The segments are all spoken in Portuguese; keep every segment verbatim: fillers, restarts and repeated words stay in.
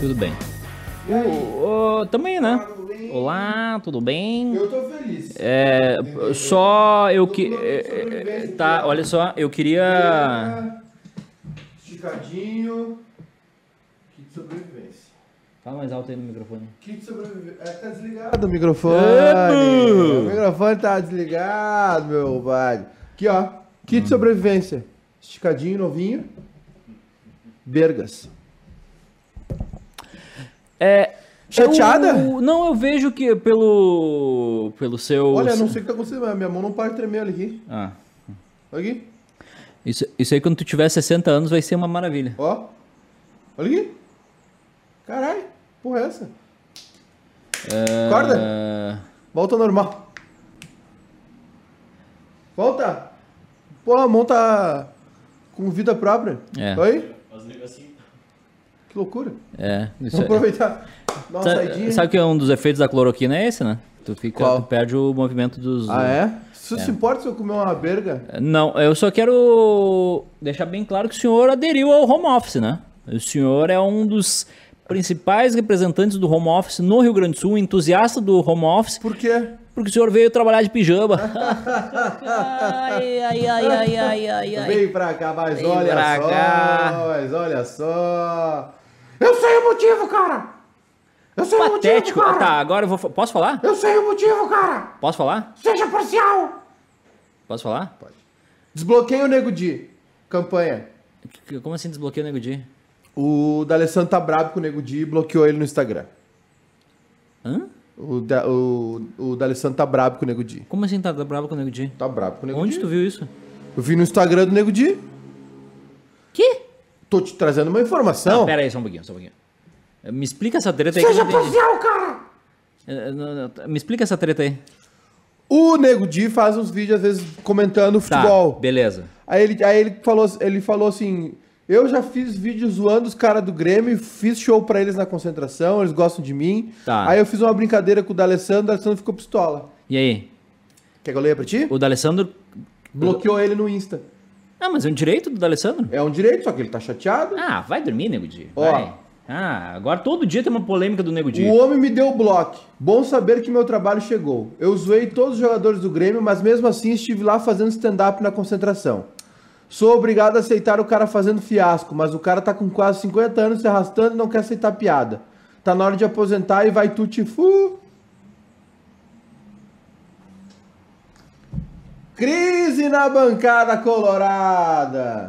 Tudo bem. E aí? O, o, também, né? Olá, tudo bem? Olá, tudo bem? Eu tô feliz. É, só eu que... Tô é, falando de sobrevivência, tá, né? olha só, eu queria... Esticadinho. Kit de sobrevivência. Fala mais alto aí no microfone. Kit de sobrevivência. É, tá desligado o microfone. Ebu! O microfone tá desligado, meu pai. Aqui, ó. Kit de sobrevivência. Esticadinho, novinho. Bergas. É... Chateada? Eu, não, eu vejo que pelo... Pelo seu... Olha, não sei o que tá acontecendo, mas minha mão não para de tremer ali aqui. Ah, Olha aqui. isso, isso aí quando tu tiver sessenta anos vai ser uma maravilha. Ó. Olha aqui. Caralho. Porra é essa? É... Acorda. Volta ao normal. Volta. Porra, a mão tá com vida própria. É. Oi? Que loucura. É, isso Vamos é... aproveitar. Dá uma Sabe, saidinha. sabe que um dos efeitos da cloroquina é esse, né? Tu, fica, Qual? tu perde o movimento dos... Ah, é? Você se importa se eu comer uma berga? Não, eu só quero deixar bem claro que o senhor aderiu ao home office, né? O senhor é um dos principais representantes do home office no Rio Grande do Sul, entusiasta do home office, Por quê? porque o senhor veio trabalhar de pijama. ai, ai, ai, ai, ai, ai, ai. Vem pra cá, mas Vem olha pra só. cá. Mas olha só. Eu sei o motivo, cara. Eu sei o Patético. motivo, cara. Tá, agora eu vou... fa- Posso falar? Eu sei o motivo, cara. Posso falar? Seja parcial. Posso falar? Pode. Desbloqueia o Nego Di. Campanha. Que- Como assim desbloqueio o Nego Di? O D'Alessandro tá brabo com o Nego Di e bloqueou ele no Instagram. Hã? O, da, o, o D'Alessandro tá brabo com o Nego Di. Como assim tá bravo com o Nego Di? Tá brabo com o Nego Onde Di. tu viu isso? Eu vi no Instagram do Nego Di. Que? Tô te trazendo uma informação. Não, pera aí, só um pouquinho, só um pouquinho. Me explica essa treta aí. que eu Seja não entendi. parcial, cara. Eh, não, não, Me explica essa treta aí. O Nego Di faz uns vídeos, às vezes, comentando Tá, futebol. beleza. Aí ele, aí ele, falou, ele falou assim... Eu já fiz vídeos zoando os caras do Grêmio, fiz show pra eles na concentração, eles gostam de mim. Tá. Aí eu fiz uma brincadeira com o D'Alessandro, o D'Alessandro ficou pistola. E aí? Quer que eu leia pra ti? O D'Alessandro... Bloqueou ele no Insta. Ah, mas é um direito do D'Alessandro? É um direito, só que ele tá chateado. Ah, vai dormir, Nego Di. Ó. Vai. Ah, agora todo dia tem uma polêmica do Nego Di. O homem me deu o bloco. Bom saber que meu trabalho chegou. Eu zoei todos os jogadores do Grêmio, mas mesmo assim estive lá fazendo stand-up na concentração. Sou obrigado a aceitar o cara fazendo fiasco, mas o cara tá com quase cinquenta anos se arrastando e não quer aceitar piada. Tá na hora de aposentar e vai tutti-fu. Crise na bancada colorada.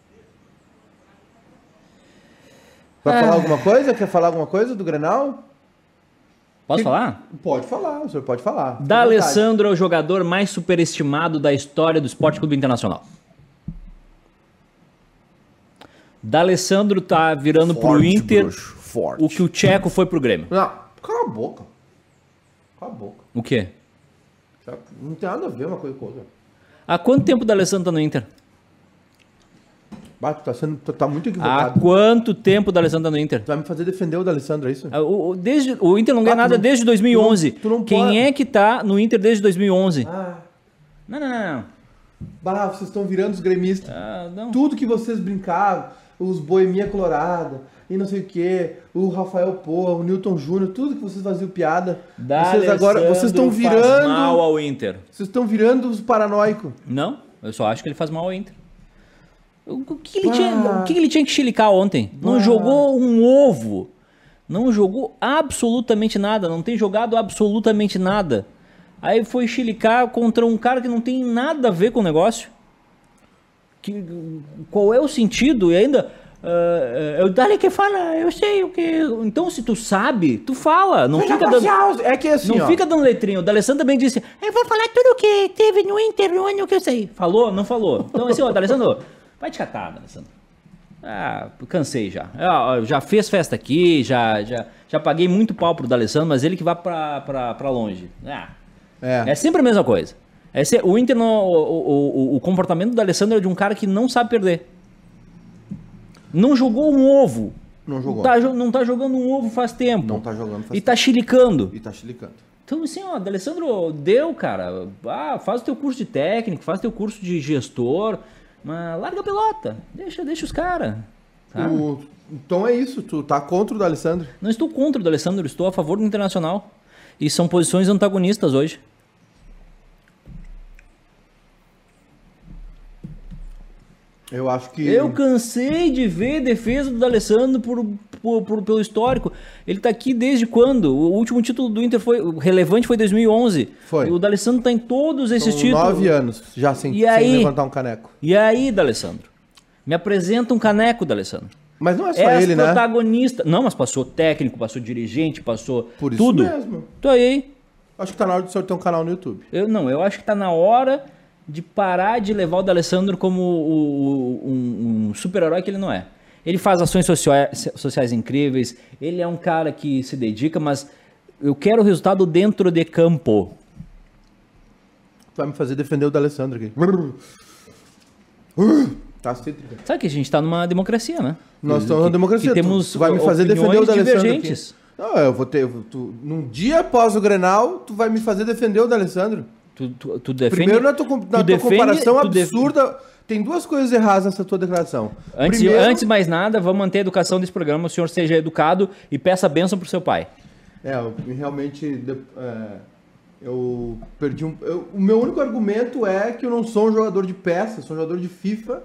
Vai falar alguma coisa? Quer falar alguma coisa do Grenal? Posso falar? Pode falar, o senhor pode falar. Fique à D'Alessandro é o jogador mais superestimado da história do Esporte Clube Internacional. D'Alessandro tá virando vontade. pro Inter bruxo, forte. o que o Tcheco foi pro Grêmio. Não, cala a boca. Cala a boca. O quê? Já não tem nada a ver uma coisa com outra. Há quanto tempo o D'Alessandro tá no Inter? Bah, tu tá, sendo, tu tá muito Há equivocado. quanto tempo o D'Alessandro tá no Inter? Tu vai me fazer defender o D'Alessandro, é isso? Ah, O, o- desde, o Inter não ganha Ah, tu nada não- desde dois mil e onze. tu não- tu não Quem pode. é que tá no Inter desde dois mil e onze? Ah, Não, não, não. não. bah, vocês estão virando os gremistas. Ah, não. Tudo que vocês brincavam, os boemia colorada e não sei o que, o Rafael Porra, o Newton Júnior, tudo que vocês faziam piada. Vocês agora, vocês estão D'Alessandro faz virando, mal ao Inter. vocês estão virando os paranoicos. Não, eu só acho que ele faz mal ao Inter. O o que ele, Ah. tinha, o que ele tinha que chilicar ontem? Não Ah. jogou um ovo. Não jogou absolutamente nada. Não tem jogado absolutamente nada. Aí foi chilicar contra um cara que não tem nada a ver com o negócio. Que, qual é o sentido? E ainda... Uh, eu dali que fala, eu sei o que... Então se tu sabe, tu fala. Não Seja fica dando... parcial, é que assim, Não ó, fica dando letrinho. O D'Alessandro também disse, eu vou falar tudo o que teve no Inter no ano que eu sei. Falou? Não falou. Então assim, ó, D'Alessandro, vai te catar, D'Alessandro. Ah, cansei já. Ah, já fez festa aqui, já, já, já paguei muito pau pro D'Alessandro, mas ele que vai pra, pra, pra longe. Ah, é. é sempre a mesma coisa. É se- o Inter, não, o, o, o, o comportamento do D'Alessandro é de um cara que não sabe perder. Não jogou um ovo. Não jogou. Tá, jo- não tá jogando um ovo faz tempo. Não tá jogando faz E tá chilicando. E tá chilicando. Então, assim, ó, D'Alessandro, deu, cara. Ah, faz o teu curso de técnico, faz o teu curso de gestor, mas larga a pelota. Deixa, deixa os caras. Tá? O- Então é isso, tu tá contra o D'Alessandro. Não estou contra o D'Alessandro, estou a favor do Internacional. E são posições antagonistas hoje. Eu acho que... Eu cansei de ver defesa do D'Alessandro por, por, por- pelo histórico. Ele tá aqui desde quando? O último título do Inter foi o relevante foi dois mil e onze. Foi. E o D'Alessandro tá em todos esses São títulos. nove anos já sem, E sem aí? levantar um caneco. E aí, D'Alessandro? Me apresenta um caneco, D'Alessandro. Mas não é só É ele, né? protagonista. Não, mas passou técnico, passou dirigente, passou Por isso tudo. mesmo. Tô aí. Acho que tá na hora de senhor ter um canal no YouTube. Eu não, eu acho que tá na hora de parar de levar o D'Alessandro como o- o- um, um super-herói que ele não é. Ele faz ações sociais, sociais incríveis, ele é um cara que se dedica, mas eu quero o resultado dentro de campo. Tu vai me fazer defender o D'Alessandro aqui. Tá cítrica. Sabe que a gente tá numa democracia, né? Nós Que- estamos na que- democracia. Que Tu- temos tu vai me fazer defender o opiniões D'Alessandro divergentes. aqui. Não, eu vou ter... eu- Tu, num dia após o Grenal, tu vai me fazer defender o D'Alessandro. Tu, tu, tu defende, Primeiro, na tua, com- na tu tua defende- comparação tu def- absurda, tem duas coisas erradas nessa tua declaração. Antes, Primeiro, antes de mais nada, vamos manter a educação desse programa. O senhor seja educado e peça bênção pro seu pai. É, eu realmente... de- é, eu perdi um... eu- o meu único argumento é que eu não sou um jogador de peça, eu sou um jogador de FIFA.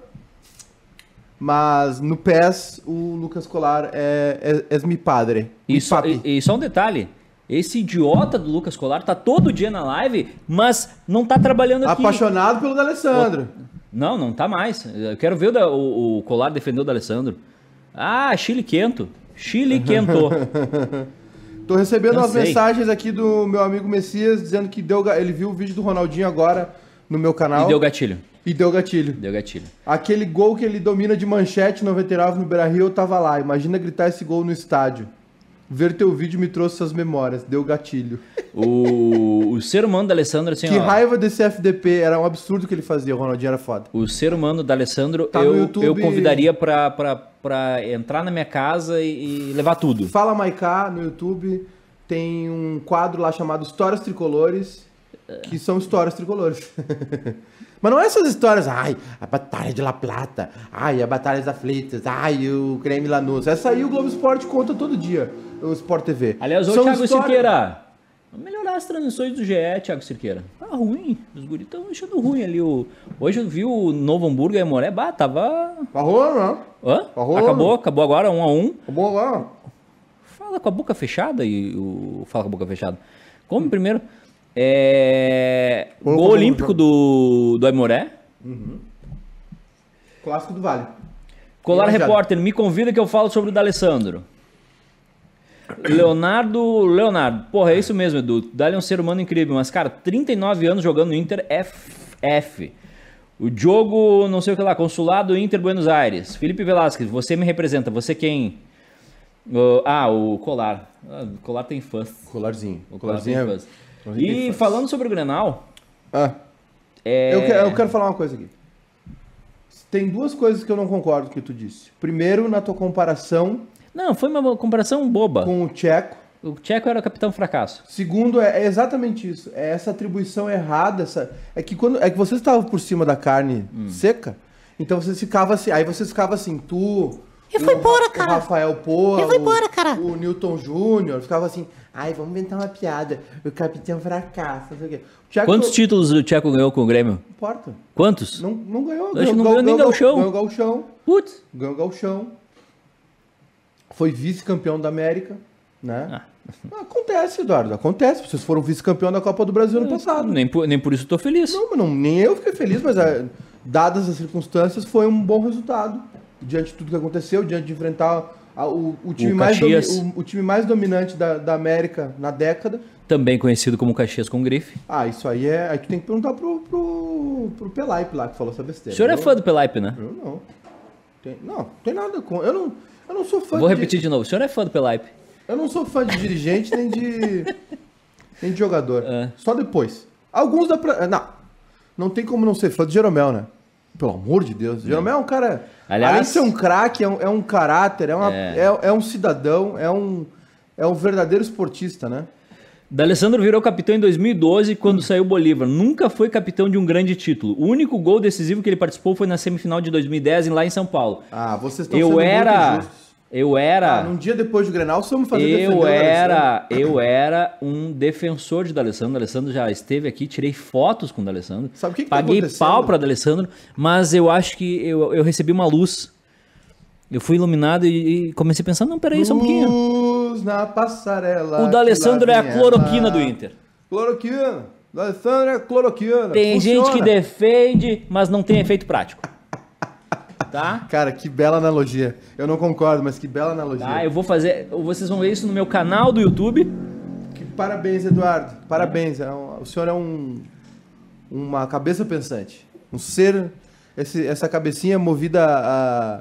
Mas no P E S, o Lucas Colar é, é, é mi padre. mi E só, papi. e, e só um detalhe. Esse idiota do Lucas Colar tá todo dia na live, mas não tá trabalhando aqui. Apaixonado pelo D'Alessandro. Não, não tá mais. Eu quero ver o, da- o, o Colar defender o D'Alessandro. Ah, Chile quento. Chile quento. Tô recebendo Não umas sei. mensagens aqui do meu amigo Messias dizendo que deu, ga- ele viu o vídeo do Ronaldinho agora no meu canal E deu gatilho. e deu gatilho. Deu gatilho. Aquele gol que ele domina de manchete noventa e nove no Beira-Rio, eu tava lá. Imagina gritar esse gol no estádio. Ver teu vídeo me trouxe essas memórias. Deu gatilho. O, o ser humano da Alessandro, assim, Que ó, raiva desse F D P. Era um absurdo o que ele fazia. O Ronaldinho era foda. o ser humano da Alessandro, Tá no eu, YouTube. eu convidaria pra, pra, pra entrar na minha casa e, e levar tudo. Fala Maiká no YouTube. Tem um quadro lá chamado Histórias Tricolores. Que são histórias tricolores. Mas não é essas histórias, ai, a Batalha de La Plata, ai, a Batalha das Aflitas, ai, o Creme Lanús. Essa aí o Globo Esporte conta todo dia, o Sport T V. Aliás, ô São Thiago histórias- Cirqueira, vamos melhorar as transmissões do G E, Thiago Cirqueira. Tá ruim, os guris estão deixando ruim ali. O... Hoje eu vi o Novo Hamburgo e a Moré, bah, tava... Tá rolando, né? Hã? Tá rolando. Acabou, acabou agora, um a um. Tá bom lá. Fala com a boca fechada e o... Fala com a boca fechada. Come primeiro. É... Vamos Gol fazer um olímpico jogo. do, do Aimoré. Clássico do Vale. Colar E Rajada? Repórter, me convida que eu falo sobre o D'Alessandro. Leonardo, Leonardo, porra, é isso mesmo, Edu. Dali é um ser humano incrível, mas, cara, trinta e nove anos jogando no Inter F F. O Diogo, não sei o que lá, Consulado Inter Buenos Aires. Felipe Velasquez, você me representa, você quem? O- ah, o Colar. Ah, o Colar tem fãs. Colarzinho. O Colar Colarzinho tem é... fãs. Colarzinho tem E fãs. falando sobre o Grenal, Ah, é... eu, quero, eu quero falar uma coisa aqui. Tem duas coisas que eu não concordo com o que tu disse. Primeiro, na tua comparação Não, foi uma comparação boba. com o Tcheco. O Tcheco era o capitão fracasso. Segundo, é, é exatamente isso. É essa atribuição errada. Essa, é que quando é que vocês estavam por cima da carne Hum. seca, então vocês ficavam assim. Aí vocês ficavam assim, tu. Eu fui o, embora, o cara. Rafael Poa. Eu fui o- embora, cara. O Newton Júnior. Ficava assim, ai, vamos inventar uma piada. O capitão fracasso, não sei o quê. O Tcheco, Quantos títulos o Tcheco ganhou com o Grêmio? Não importa. Quantos? Não, não ganhou. Acho que não ganhou nem ganhou, gauchão. Ganhou gauchão. Putz. Ganhou gauchão. Foi vice-campeão da América, né? Ah. Acontece, Eduardo, acontece. Vocês foram vice-campeão da Copa do Brasil ano passado. Nem por, nem por isso eu tô feliz. Não, mas não, nem eu fiquei feliz, mas é, dadas as circunstâncias, foi um bom resultado. Diante de tudo que aconteceu, diante de enfrentar a- o, o time O mais domi- Caxias. o, o time mais dominante da, da América na década. Também conhecido como Caxias com grife. Ah, isso aí é. Aí tu tem que perguntar pro, pro, pro Pelaipe lá que falou essa O besteira. senhor é Eu- fã do Pelaipe, né? Eu não. Tem, não, tem nada com. Eu não, eu não sou fã Vou de. repetir de novo. O senhor é fã do Pelaipe. Eu não sou fã de dirigente nem de. nem de jogador. É. Só depois. Alguns dá pra. Não. Não tem como não ser fã de Jeromel, né? Pelo amor de Deus. Jeromel é um cara. Aliás- Além de ser um craque, é um, é um caráter, é, uma, É. é. É, um cidadão, é um, é um verdadeiro esportista, né? D'Alessandro virou capitão em dois mil e doze, quando saiu o Bolívar. Nunca foi capitão de um grande título. O único gol decisivo que ele participou foi na semifinal de dois mil e dez, lá em São Paulo. Ah, vocês estão eu sendo era, muito injustos. Eu era... Ah, num dia depois do Grenal, vamos fazer eu era, eu era um defensor de D'Alessandro. D'Alessandro já esteve aqui, tirei fotos com o D'Alessandro. Sabe o que que Paguei tá pau para D'Alessandro, mas eu acho que eu, eu recebi uma luz. Eu fui iluminado e, e comecei a pensar, não, peraí, só um pouquinho. Luz na passarela. O D'Alessandro é a cloroquina do Inter. Cloroquina. D'Alessandro é cloroquina. Tem Funciona. gente que defende, mas não tem efeito prático. Tá? Cara, que bela analogia. Eu não concordo, mas que bela analogia. Tá, eu vou fazer. Vocês vão ver isso no meu canal do YouTube. Que parabéns, Eduardo. Parabéns. É um- o senhor é um uma cabeça pensante. Um ser. Esse- essa cabecinha movida a,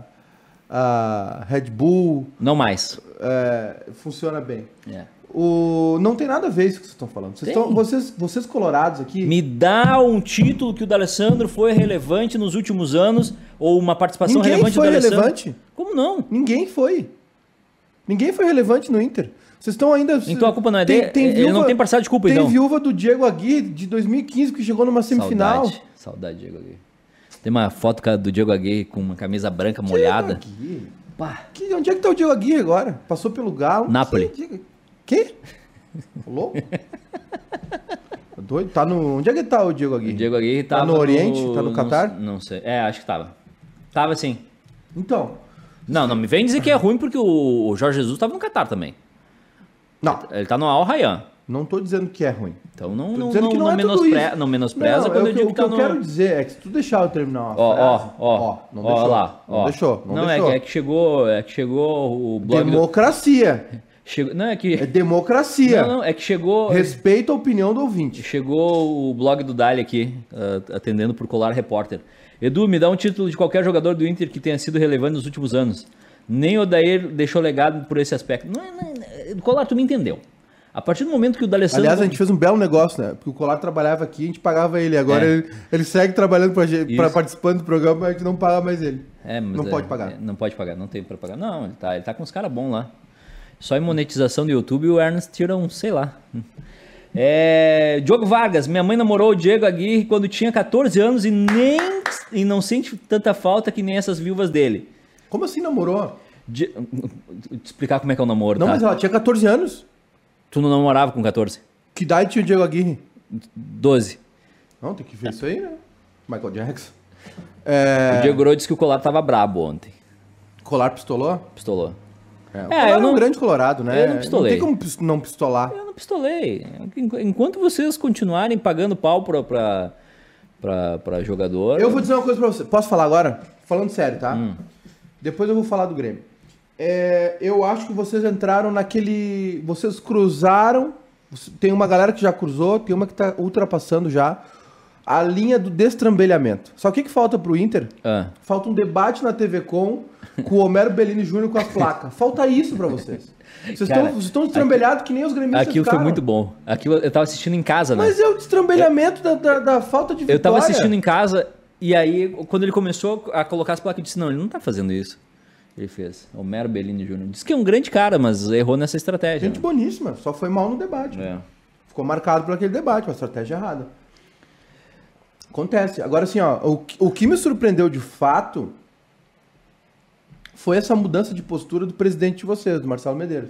a Red Bull. Não mais. é, funciona bem. É. O, não tem nada a ver isso que vocês estão falando. Vocês, Tem. estão, vocês, vocês colorados aqui. Me dá um título que o D'Alessandro foi relevante nos últimos anos, ou uma participação Ninguém relevante foi do D'Alessandro. relevante. Como não? Ninguém foi. Ninguém foi relevante no Inter. Vocês estão ainda. Então a culpa não é Tem- dele. tem Ele viúva- não tem parcela de culpa, Tem então. viúva do Diego Aguirre de dois mil e quinze que chegou numa semifinal. Saudade. Saudade, Diego Aguirre. Tem uma foto cara, do Diego Aguirre com uma camisa branca molhada. Diego Aguirre? Pá. Que, onde é que tá o Diego Aguirre agora? Passou pelo Galo. Napoli. Que? Diego- Quê? Louco? Tá doido? Tá no. Onde é que tá o Diego Aguirre? O Diego Aguirre Tá tava no Oriente? Tá no não- Catar? Não, sei. É, acho que tava. Tava sim. Então. Não, não me vem dizer que é ruim porque o o Jorge Jesus tava no Catar também. Não, Ele tá no Al Rayyan. não tô dizendo que é ruim. Então não, Tô não, dizendo não, que não, não, é tudo menospre... isso. não menospreza Não, quando é eu o que, digo o que que tá eu no... quero dizer é que se tu deixar eu terminar uma Ó, ó, frase... ó. não ó, deixou. lá. Não ó. deixou, não, Não, deixou. É, que, é que chegou, é que chegou o blog do... Democracia. Chegou... Não, é que... É democracia. Não, não, é que chegou... Respeita a opinião do ouvinte. Chegou o blog do Dali aqui, uh, atendendo por Colar Repórter. Edu, me dá um título de qualquer jogador do Inter que tenha sido relevante nos últimos anos. Nem o Odair deixou legado por esse aspecto. Não, é- não, é- Colar, tu me entendeu. A partir do momento que o D'Alessandro... Aliás, a gente fez um belo negócio, né? Porque o Colar trabalhava aqui, a gente pagava ele. Agora É. ele, ele segue trabalhando pra, gente, pra Isso. participando do programa, mas a gente não paga mais ele. É, mas Não é- pode pagar. é, não pode pagar, não tem pra pagar. Não, ele tá, ele tá com os caras bons lá. Só em monetização do YouTube o Ernest tira um, sei lá. É, Diogo Vargas, minha mãe namorou o Diego Aguirre quando tinha catorze anos e nem e não sente tanta falta que nem essas viúvas dele. Como assim namorou? Di- Vou te explicar como é que é o namoro, Não, tá? mas ela tinha catorze anos. Tu não namorava com catorze? Que idade tinha o Diego Aguirre? doze. Não, tem que ver isso aí, né? Michael Jackson. É... O Diego Goro disse que o Colar tava brabo ontem. Colar pistolou? Pistolou. É, o É, Colar eu é um não- grande colorado, né? eu não pistolei. tem como pis- não pistolar. Eu não pistolei. Enquanto vocês continuarem pagando pau pra, pra, pra, pra jogador... Eu vou dizer uma coisa pra você. Posso falar agora? Falando sério, tá? Hum. Depois eu vou falar do Grêmio. É, eu acho que vocês entraram naquele... Vocês cruzaram... Tem uma galera que já cruzou, tem uma que tá ultrapassando já a linha do destrambelhamento. Só que o que falta pro Inter? Ah. Falta um debate na T V Com com o Homero Bellini Júnior com as placas. Falta isso pra vocês. Vocês Cara, estão vocês estão destrambelhados que nem os gremistas Aquilo foi ficaram. muito bom. Aquilo eu tava assistindo em casa, né? Mas é o destrambelhamento da, da, da falta de vitória. Eu tava assistindo em casa e aí, quando ele começou a colocar as placas, eu disse, não, ele não tá fazendo isso. Ele fez. Homero Bellini Júnior Diz que é um grande cara, mas errou nessa estratégia. Gente né? boníssima, só foi mal no debate. É. Ficou marcado por aquele debate, uma estratégia errada. Acontece. Agora, assim, ó, o, que- o que me surpreendeu de fato foi essa mudança de postura do presidente de vocês, do Marcelo Medeiros.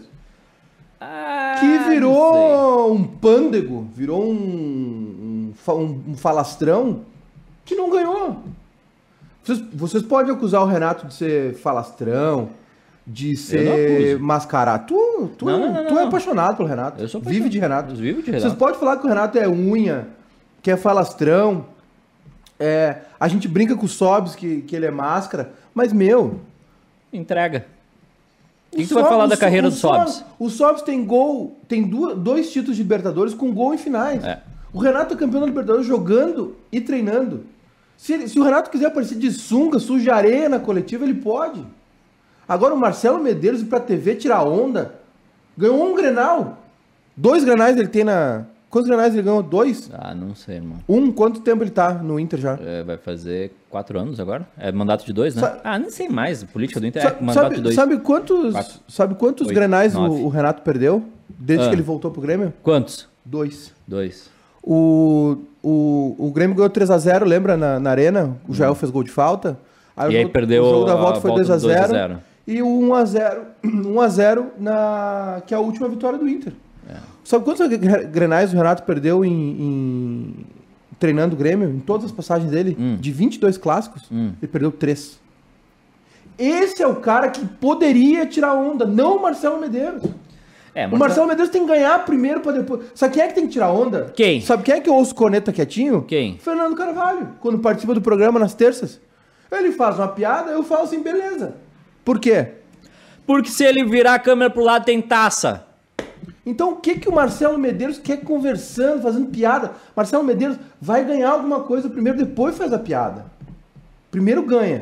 Ah, Que não sei. virou um pândego, virou um, um, fa- um- um falastrão que não ganhou. Vocês, vocês podem acusar o Renato de ser falastrão, de ser acuso. mascarado. Tu, tu, Não, não, não, tu não. é apaixonado pelo Renato. Eu sou Vive de Renato. Eu vivo de Vocês Renato. podem falar que o Renato é unha, que é falastrão. É, a gente brinca com o Sobs que, que ele é máscara, mas, meu... Entrega. O que, que tu Sob- vai falar da o carreira o do Sobs? O Sobs tem gol, tem duas, dois títulos de Libertadores com gol em finais. É. O Renato é campeão da Libertadores jogando e treinando. Se, ele- se o Renato quiser aparecer de sunga, suja areia na coletiva, ele pode. Agora o Marcelo Medeiros ir pra T V tirar onda, ganhou um Grenal. Dois Grenais ele tem na... Quantos Grenais ele ganhou? Dois? Ah, não sei, irmão. Um? Quanto tempo ele tá no Inter já? É, vai fazer quatro anos agora? É mandato de dois, né? Sa- Ah, nem sei mais. A política do Inter Sa- é mandato de sabe, dois. sabe quantos, Quatro. sabe quantos Oito. Grenais o, Nove. o Renato perdeu? desde Ah. que ele voltou pro Grêmio? Quantos? Dois. Dois. O, o, o Grêmio ganhou três a zero, lembra, na, na Arena? O Jael fez gol de falta. E o aí jogo- perdeu o jogo da a volta foi volta dois a do dois a zero. zero. E o um a zero, um a zero na, que é a última vitória do Inter. Sabe quantos gre- grenais o Renato perdeu em, em- treinando o Grêmio? Em todas as passagens dele? Hum. De vinte e dois clássicos, Hum. ele perdeu três. Esse é o cara que poderia tirar onda, não o Marcelo Medeiros. É, O Marcelo Medeiros tem que ganhar primeiro pra depois. Sabe quem é que tem que tirar onda? Quem? Sabe quem é que eu ouço corneta quietinho? Quem? Fernando Carvalho, quando participa do programa nas terças. Ele faz uma piada, eu falo assim, beleza. Por quê? Porque se ele virar a câmera pro lado, tem taça. Então o que que o Marcelo Medeiros quer conversando, fazendo piada? Marcelo Medeiros vai ganhar alguma coisa primeiro, depois faz a piada. Primeiro ganha.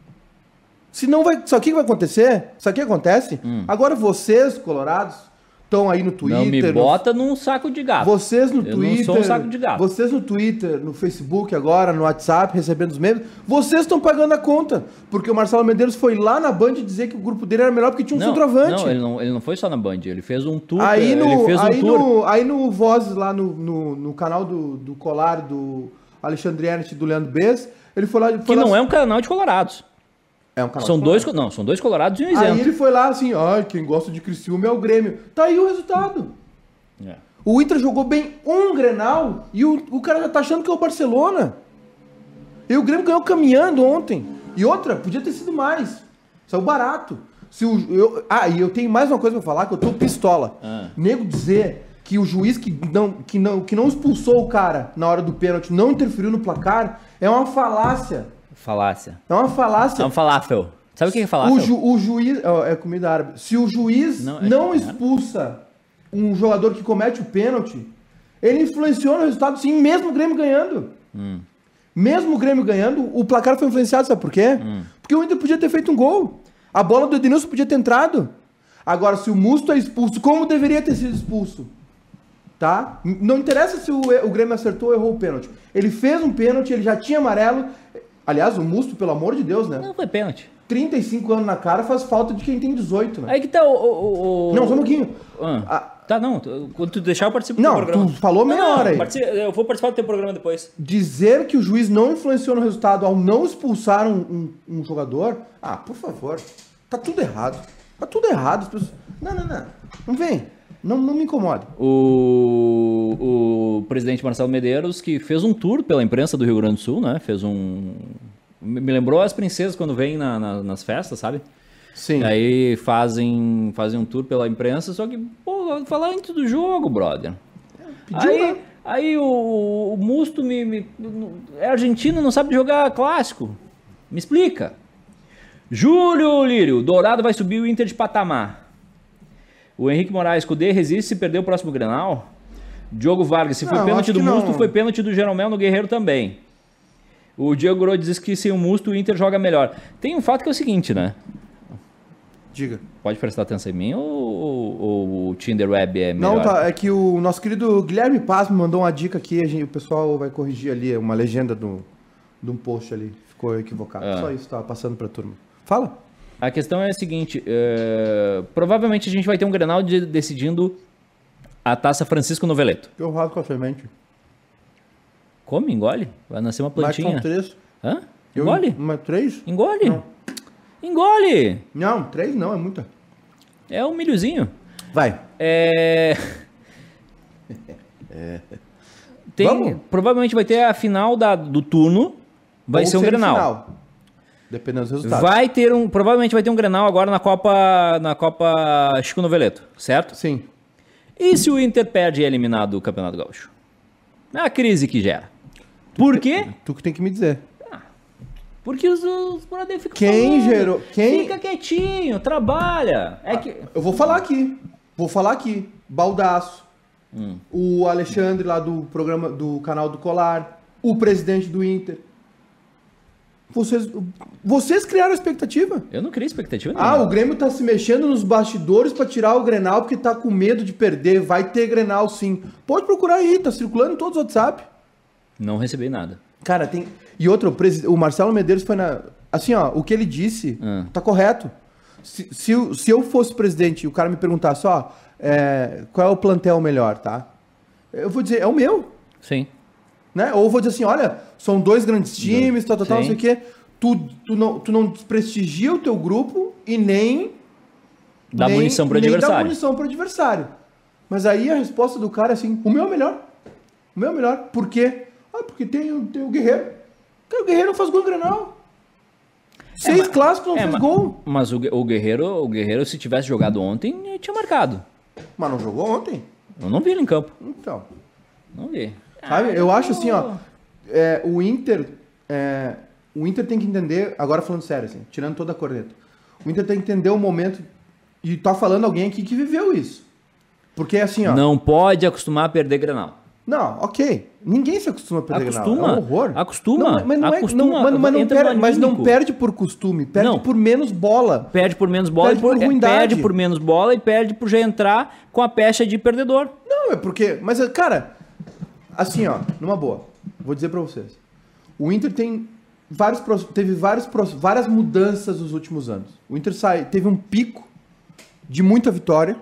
Se não vai... Sabe o que vai acontecer? Sabe o que acontece? Hum. Agora vocês, colorados, estão aí no Twitter... Não me no- bota num saco de gato. Vocês no Eu Twitter, não sou um saco de gato. vocês no Twitter, no Facebook agora, no WhatsApp, recebendo os memes, vocês estão pagando a conta. Porque o Marcelo Medeiros foi lá na Band dizer que o grupo dele era melhor porque tinha um Não, centroavante. não, ele não, ele não foi só na Band, ele fez um tour. Aí ele no, fez um aí, tour. no, aí no Vozes, lá no, no, no canal do, do Colar, do Alexandre Ernst e do Leandro Bez, ele foi lá... Foi Que lá, não é um canal de colorados. é um canal São de dois, Colar. co- não, são dois colorados e um Aí isento. ele foi lá assim, ai, quem gosta de Criciúma é o Grêmio. Tá aí o resultado. É. O Inter jogou bem um Grenal e o, o cara já tá achando que é o Barcelona. E o Grêmio ganhou caminhando ontem. E outra, podia ter sido mais. Saiu barato. Se o, eu, ah, e eu tenho mais uma coisa pra falar, que eu tô pistola. Ah. Nego dizer que o juiz que não, que, não, que não expulsou o cara na hora do pênalti não interferiu no placar é uma falácia. Falácia. É uma falácia. É um falafel. Sabe o que é falafel? O, ju, o juiz... ó, é comida árabe. Se o juiz Não, não, é- expulsa um jogador que comete o pênalti, ele influenciou no resultado, sim, mesmo o Grêmio ganhando. Hum. Mesmo o Grêmio ganhando, o placar foi influenciado, sabe por quê? Hum. Porque o Inter podia ter feito um gol. A bola do Edenilson podia ter entrado. Agora, se o Musto é expulso, como deveria ter sido expulso? Tá? N- Não interessa se o, o Grêmio acertou ou errou o pênalti. Ele fez um pênalti, ele já tinha amarelo. Aliás, o Musto, pelo amor de Deus, né? Não foi pênalti. trinta e cinco anos na cara faz falta de quem tem dezoito, né? Aí que tá o. o, o- Não, só um pouquinho. Ah. Ah, Tá, não. tu- Quando tu deixar, eu participo Não, do teu programa. tu falou meia Não, não, hora aí. partici- Eu vou participar do teu programa depois. dizer que o juiz não influenciou no resultado ao não expulsar um, um- um jogador, ah, por favor, tá tudo errado. Tá tudo errado. As pessoas... Não, não, não. Não vem. Não, não me incomode. O, o presidente Marcelo Medeiros, que fez um tour pela imprensa do Rio Grande do Sul, né? Fez um. Me me lembrou as princesas quando vêm na- na- nas festas, sabe? Sim. E aí fazem, fazem um tour pela imprensa, só que, pô, falar antes do jogo, brother. Pediu, aí, né? aí o, o Musto me, me- é argentino, não sabe jogar clássico. Me explica. Júlio Lírio, Dourado vai subir o Inter de patamar. O Henrique Moraes, Cudê resiste se perder o próximo Grenal. Diogo Vargas, se foi Não, pênalti acho do que não. Musto, foi pênalti do Jeromel no Guerreiro também. O Diego Gro diz que sem o Musto o Inter joga melhor. Tem um fato que é o seguinte, né? Diga. Pode prestar atenção em mim ou, ou- ou o Tinder Web é melhor? Não, tá. É que o nosso querido Guilherme Paz me mandou uma dica aqui. A gente, o pessoal vai corrigir ali, uma legenda do, de um post ali. Ficou equivocado. Ah. Só isso, tava passando pra turma. Fala. A questão é a seguinte, é, provavelmente a gente vai ter um Grenal de- decidindo a Taça Francisco Noveleto. Eu rado com a semente. Come, engole, vai nascer uma Mas plantinha. são três. Hã? Eu- Engole, Mas três? engole, Não. engole, Não, três não, é muita. é um milhozinho. Vai. É... Tem, Vamos? provavelmente vai ter a final da, do turno, vai Ou ser um Grenal. semifinal, Dependendo dos resultados. Vai ter um, provavelmente vai ter um Grenal agora na Copa, na Copa Chico Noveleto, certo? Sim. E se o Inter perde e é eliminado do Campeonato Gaúcho? É a crise que gera. Por quê? Tu que tem que me dizer. Porque os, os brother ficam Quem falando. gerou- quem- Fica quietinho, trabalha. É que... Eu vou falar aqui. Vou falar aqui. Baldaço. Hum. O Alexandre lá do programa do canal do Colar. O presidente do Inter. Vocês, vocês criaram a expectativa. Eu não criei expectativa Ah, nenhuma. o Grêmio tá se mexendo nos bastidores pra tirar o Grenal porque tá com medo de perder. Vai ter Grenal sim. Pode procurar aí, tá circulando em todos os WhatsApp. Não recebi nada. Cara, tem. E outra, o, presi- o Marcelo Medeiros foi na. Assim, ó, o que ele disse Ah. tá correto. Se, se, eu- se eu fosse presidente e o cara me perguntasse, ó, é, qual é o plantel melhor, tá? Eu vou dizer, é o meu. Sim. Né? Ou vou dizer assim, olha, são dois grandes times, tal, tal, tal, não sei o quê. Tu, tu, não, tu não desprestigia o teu grupo e nem... Dá nem, munição pro nem adversário. dá munição pro adversário. Mas aí a resposta do cara é assim, o meu é melhor. O meu é melhor. Por quê? Ah, porque tem, o- tem o Guerreiro. Cara, o Guerreiro não faz gol em Grenal. Seis mas- clássicos não É, fez ma- gol. Mas o, Gue- o Guerreiro, o Guerreiro, se tivesse jogado ontem, ele tinha marcado. Mas não jogou ontem. Eu não vi ele em campo. Então, Não vi. sabe? Ah, eu acho assim, ó, tô- é, o Inter, é, o Inter tem que entender, agora falando sério, assim, tirando toda a corneta, o Inter tem que entender o momento, e tá falando alguém aqui que viveu isso. Porque assim, ó, não, Não pode acostumar a perder Grenal. ok, ninguém se acostuma a perder Grenal, Acostuma. é um horror. Acostuma. Não, mas, não é, Acostuma, não, mas, mas não entra no perde, mas não anímico. perde por costume, perde Não. por menos bola. Perde por menos bola, Perde e por, por é, ruindade. perde por menos bola e perde por já entrar com a pecha de perdedor. Não, é porque, mas cara, assim, ó, numa boa, vou dizer pra vocês. O Inter tem vários pro- teve vários pro- várias mudanças nos últimos anos. O Inter sai, teve um pico de muita vitória,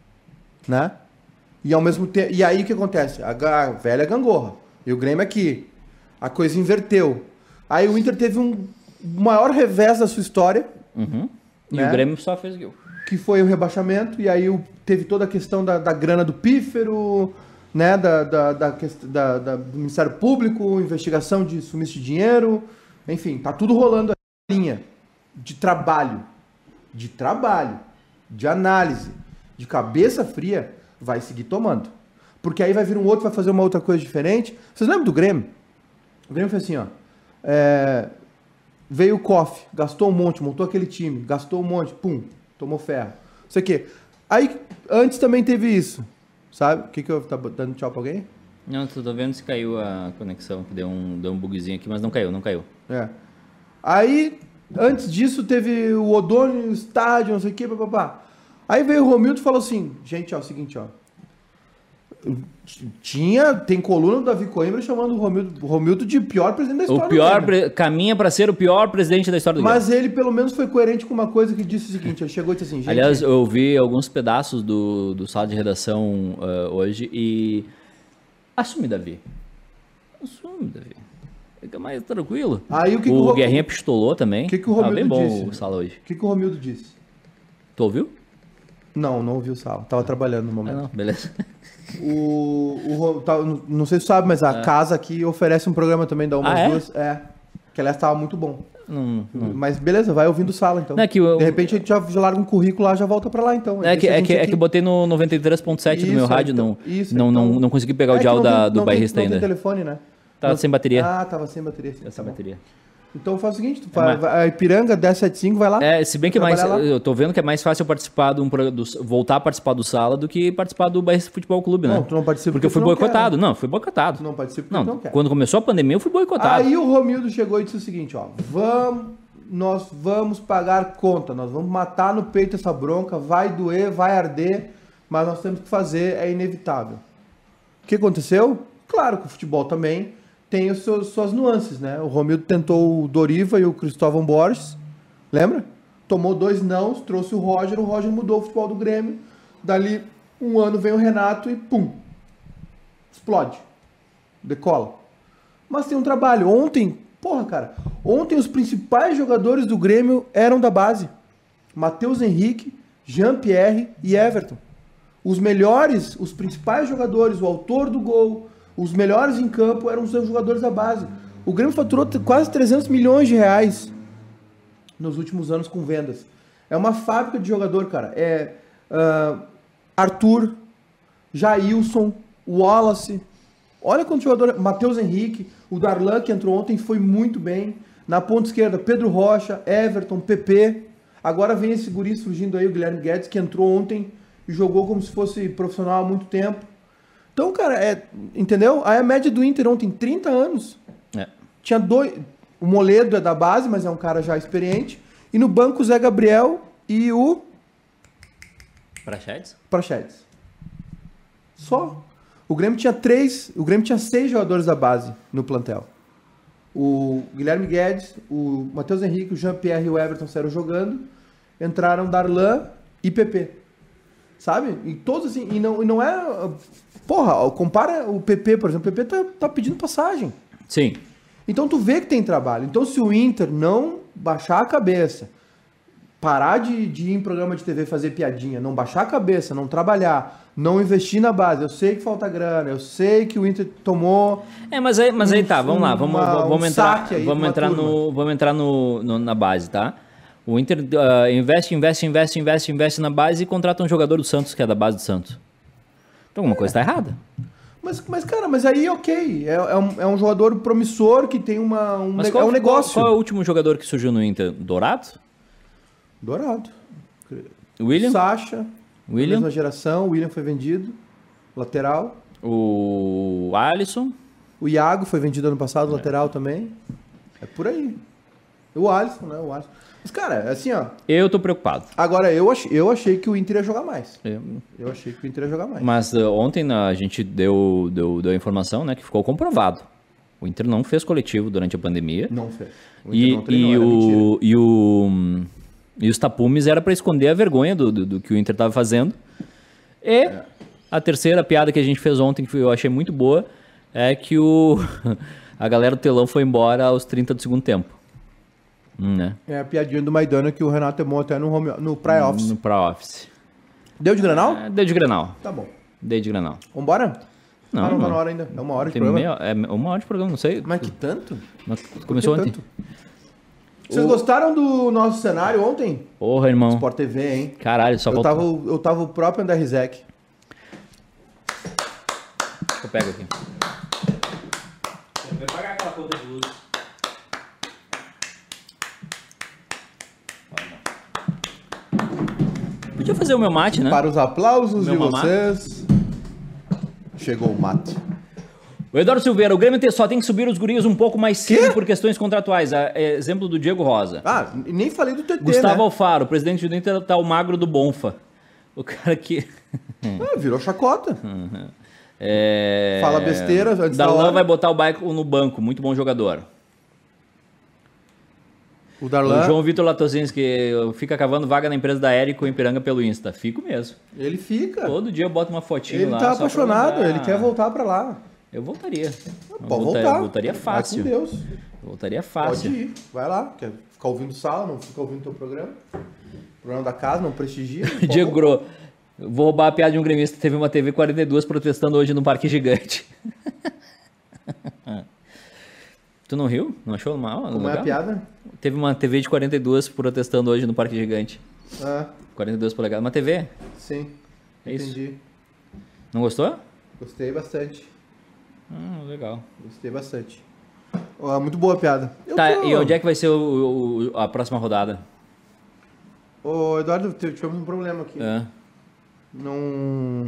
né? E ao mesmo tempo, e aí o que acontece? A, ga- a velha gangorra. E o Grêmio aqui. A coisa inverteu. Aí o Inter teve um maior revés da sua história, Uhum. E Né? o Grêmio só fez gol. que foi o rebaixamento, e aí o- teve toda a questão da, da grana do pífero, né, da, da, da, quest- da- da- do Ministério Público, investigação de sumiço de dinheiro, enfim, tá tudo rolando a linha de trabalho, de trabalho, de análise, de cabeça fria, vai seguir tomando. Porque aí vai vir um outro, vai fazer uma outra coisa diferente. Vocês lembram do Grêmio? O Grêmio foi assim, ó, é, veio o Koff, gastou um monte, montou aquele time, gastou um monte, pum, tomou ferro. Não sei o quê. Aí, antes também teve isso, sabe? O que que eu... Tá dando tchau pra alguém? Não, tô tô vendo se caiu a conexão, que deu um, deu um bugzinho aqui, mas não caiu, não caiu. É. Aí, antes disso, teve o Odônio, o estádio, não sei o quê, papapá. Aí veio o Romildo e falou assim, gente, ó, é o seguinte, ó. Tinha, tem coluna do Davi Coimbra chamando o Romildo, o Romildo de pior presidente da história O do pior, Grêmio. pre- caminha pra ser o pior presidente da história do Grêmio. Mas ele, pelo menos, foi coerente com uma coisa que disse o seguinte, ele chegou e disse assim, gente... Aliás, eu ouvi alguns pedaços do, do sala de redação ah, hoje e assume, Davi. Assume, Davi. Fica mais tranquilo. Aí o que que o o Ro- Guerrinha pistolou também. o que que o Tava Romildo bem bom disse? o sala hoje. O que, que o Romildo disse? Tu ouviu? Não, não ouvi o Sala. Tava trabalhando no Ah, momento. não, beleza. O, o Ro- tá, não sei se tu sabe, mas a casa aqui oferece um programa também da umas Ah, é? duas. É. Que aliás tava muito bom. Não, não. Mas beleza, vai ouvindo o Sala então. Não, é que o- De repente a gente já, já larga um currículo lá, já volta pra lá então. É que, Deixa a é, gente que, é aqui. que eu botei no noventa e três ponto sete do meu Isso, rádio, então- não, isso, não, não, então- não consegui pegar É o que dial não da, tem- do não tem- bairrista não tem ainda. telefone, né? Tava Não- sem bateria. Ah, tava sem bateria. sim, Essa tá bom. bateria. Então faz o seguinte, tu É, vai, mas- vai- a Ipiranga dez setenta e cinco, vai lá. É, se bem que é mais, trabalhar lá. eu tô vendo que é mais fácil eu participar de um, pro- do, voltar a participar do Sala do que participar do Bairrista Futebol Clube, né? Não, tu não participa porque eu porque fui tu não boicotado. Não, fui boicotado. Tu não participa porque Não, tu não quer. quando começou a pandemia eu fui boicotado. Aí o Romildo chegou e disse o seguinte, ó, vamos, nós vamos pagar conta, nós vamos matar no peito essa bronca, vai doer, vai arder, mas nós temos que fazer, é inevitável. O que aconteceu? Claro que o futebol também tem os seus, suas nuances, né? O Romildo tentou o Doriva e o Cristóvão Borges, lembra? Tomou dois nãos, trouxe o Roger, o Roger mudou o futebol do Grêmio, dali um ano vem o Renato e pum, explode, decola. Mas tem um trabalho. Ontem, porra, cara, ontem os principais jogadores do Grêmio eram da base. Matheus Henrique, Jean-Pierre e Everton. Os melhores, os principais jogadores, o autor do gol, os melhores em campo eram os jogadores da base. O Grêmio faturou t- quase trezentos milhões de reais nos últimos anos com vendas. É uma fábrica de jogador, cara. É ah, Arthur, Jailson, Wallace. Olha quantos jogadores. Matheus Henrique, o Darlan que entrou ontem foi muito bem. Na ponta esquerda, Pedro Rocha, Everton, P P. Agora vem esse guri surgindo aí, o Guilherme Guedes, que entrou ontem e jogou como se fosse profissional há muito tempo. Então, cara, é, entendeu? Aí a média do Inter ontem, trinta anos. É. Tinha dois. O Moledo é da base, mas é um cara já experiente. E no banco o Zé Gabriel e o Prachedes? Praxedes. Só. O Grêmio tinha três. O Grêmio tinha seis jogadores da base no plantel. O Guilherme Guedes, o Matheus Henrique, o Jean-Pierre e o Everton saíram jogando. Entraram Darlan e P P. sabe? E todos assim, e não, e não é... Porra, compara o P P, por exemplo, o P P tá, tá pedindo passagem. Sim. Então tu vê que tem trabalho. Então se o Inter não baixar a cabeça, parar de, de ir em programa de T V fazer piadinha, não baixar a cabeça, não trabalhar, não investir na base, eu sei que falta grana, eu sei que o Inter tomou... É, mas aí, mas aí tá, vamos lá, vamos, uma, vamos um entrar, aí vamos entrar, no, vamos entrar no, no, na base, tá? O Inter uh, investe, investe, investe, investe, investe na base e contrata um jogador do Santos, que é da base do Santos. Então alguma coisa tá errada. Mas, mas, cara, mas aí ok. É, é, um, é um jogador promissor que tem uma, um, mas ne- qual, é um negócio. Qual, qual é o último jogador que surgiu no Inter? Dourado? Dourado. William? Sacha. William? Mesma geração. O William foi vendido. Lateral. O Alisson? O Iago foi vendido ano passado, é. Lateral também. É por aí. O Alisson, né? O Alisson. Mas, cara, assim, ó. Eu tô preocupado. Agora, eu achei, eu achei que o Inter ia jogar mais. Eu, eu achei que o Inter ia jogar mais. Mas uh, ontem uh, a gente deu, deu, deu a informação, né, que ficou comprovado. O Inter não fez coletivo durante a pandemia. Não fez. O E, Inter não treinou, e, era o, e, o, e os tapumes era para esconder a vergonha do, do, do que o Inter tava fazendo. E é. a terceira piada que a gente fez ontem, que eu achei muito boa, é que o, a galera do telão foi embora aos trinta do segundo tempo. Hum, né? É a piadinha do Maidana que o Renato tomou até no, home, no Praia Office. No Praia Office. Deu de Granal? É, deu de Granal. Tá bom. Deu de Granal. Vambora? Não, ah, não não tá na hora ainda. É uma hora de Tem programa. Meia, é uma hora de programa, não sei. Mas que tanto? Mas começou que ontem. Tanto? Vocês o... gostaram do nosso cenário ontem? Porra, irmão. Sport T V, hein? Caralho, só eu voltou. tava, eu tava o próprio André Rizek. Eu pego aqui. Vai pagar aquela conta de luz. Podia fazer o meu mate, né? Para os aplausos meu de mamar. vocês. Chegou o mate. O Eduardo Silveira, o Grêmio só tem que subir os guris um pouco mais cedo por questões contratuais. É, exemplo do Diego Rosa. Ah, nem falei do T T, Gustavo né? Alfaro, o presidente do Inter tá o magro do Bonfa. O cara que... ah, virou chacota. Uhum. É... Fala besteira antes da Darlan hora. vai botar o Baico no banco, muito bom jogador. O Darlan... O João Vitor Latosinski fica cavando vaga na empresa da Érico em Piranga pelo Insta. Fico mesmo. Ele fica. Todo dia eu boto uma fotinho ele lá. Ele tá só apaixonado, pra... ele quer voltar pra lá. Eu voltaria. Pode eu voltaria, voltar. Voltaria fácil. Vai com Deus. Eu voltaria fácil. Pode ir, vai lá. Quer ficar ouvindo sala, não fica ouvindo teu programa. Programa da casa, não prestigia. Diego Gro, vou roubar a piada de um gremista. Teve uma T V quarenta e dois protestando hoje no Parque Gigante. Tu não riu? Não achou mal? Como legal? é a piada? Teve uma T V de quarenta e dois protestando hoje no Parque Gigante. Ah. quarenta e dois polegadas. Uma T V? Sim. É isso. Entendi. Não gostou? Gostei bastante. Ah, legal. Gostei bastante. Oh, muito boa a piada. Eu tá, tô... e onde é que vai ser o, o, a próxima rodada? Ô, Eduardo, tivemos um problema aqui. É. Não...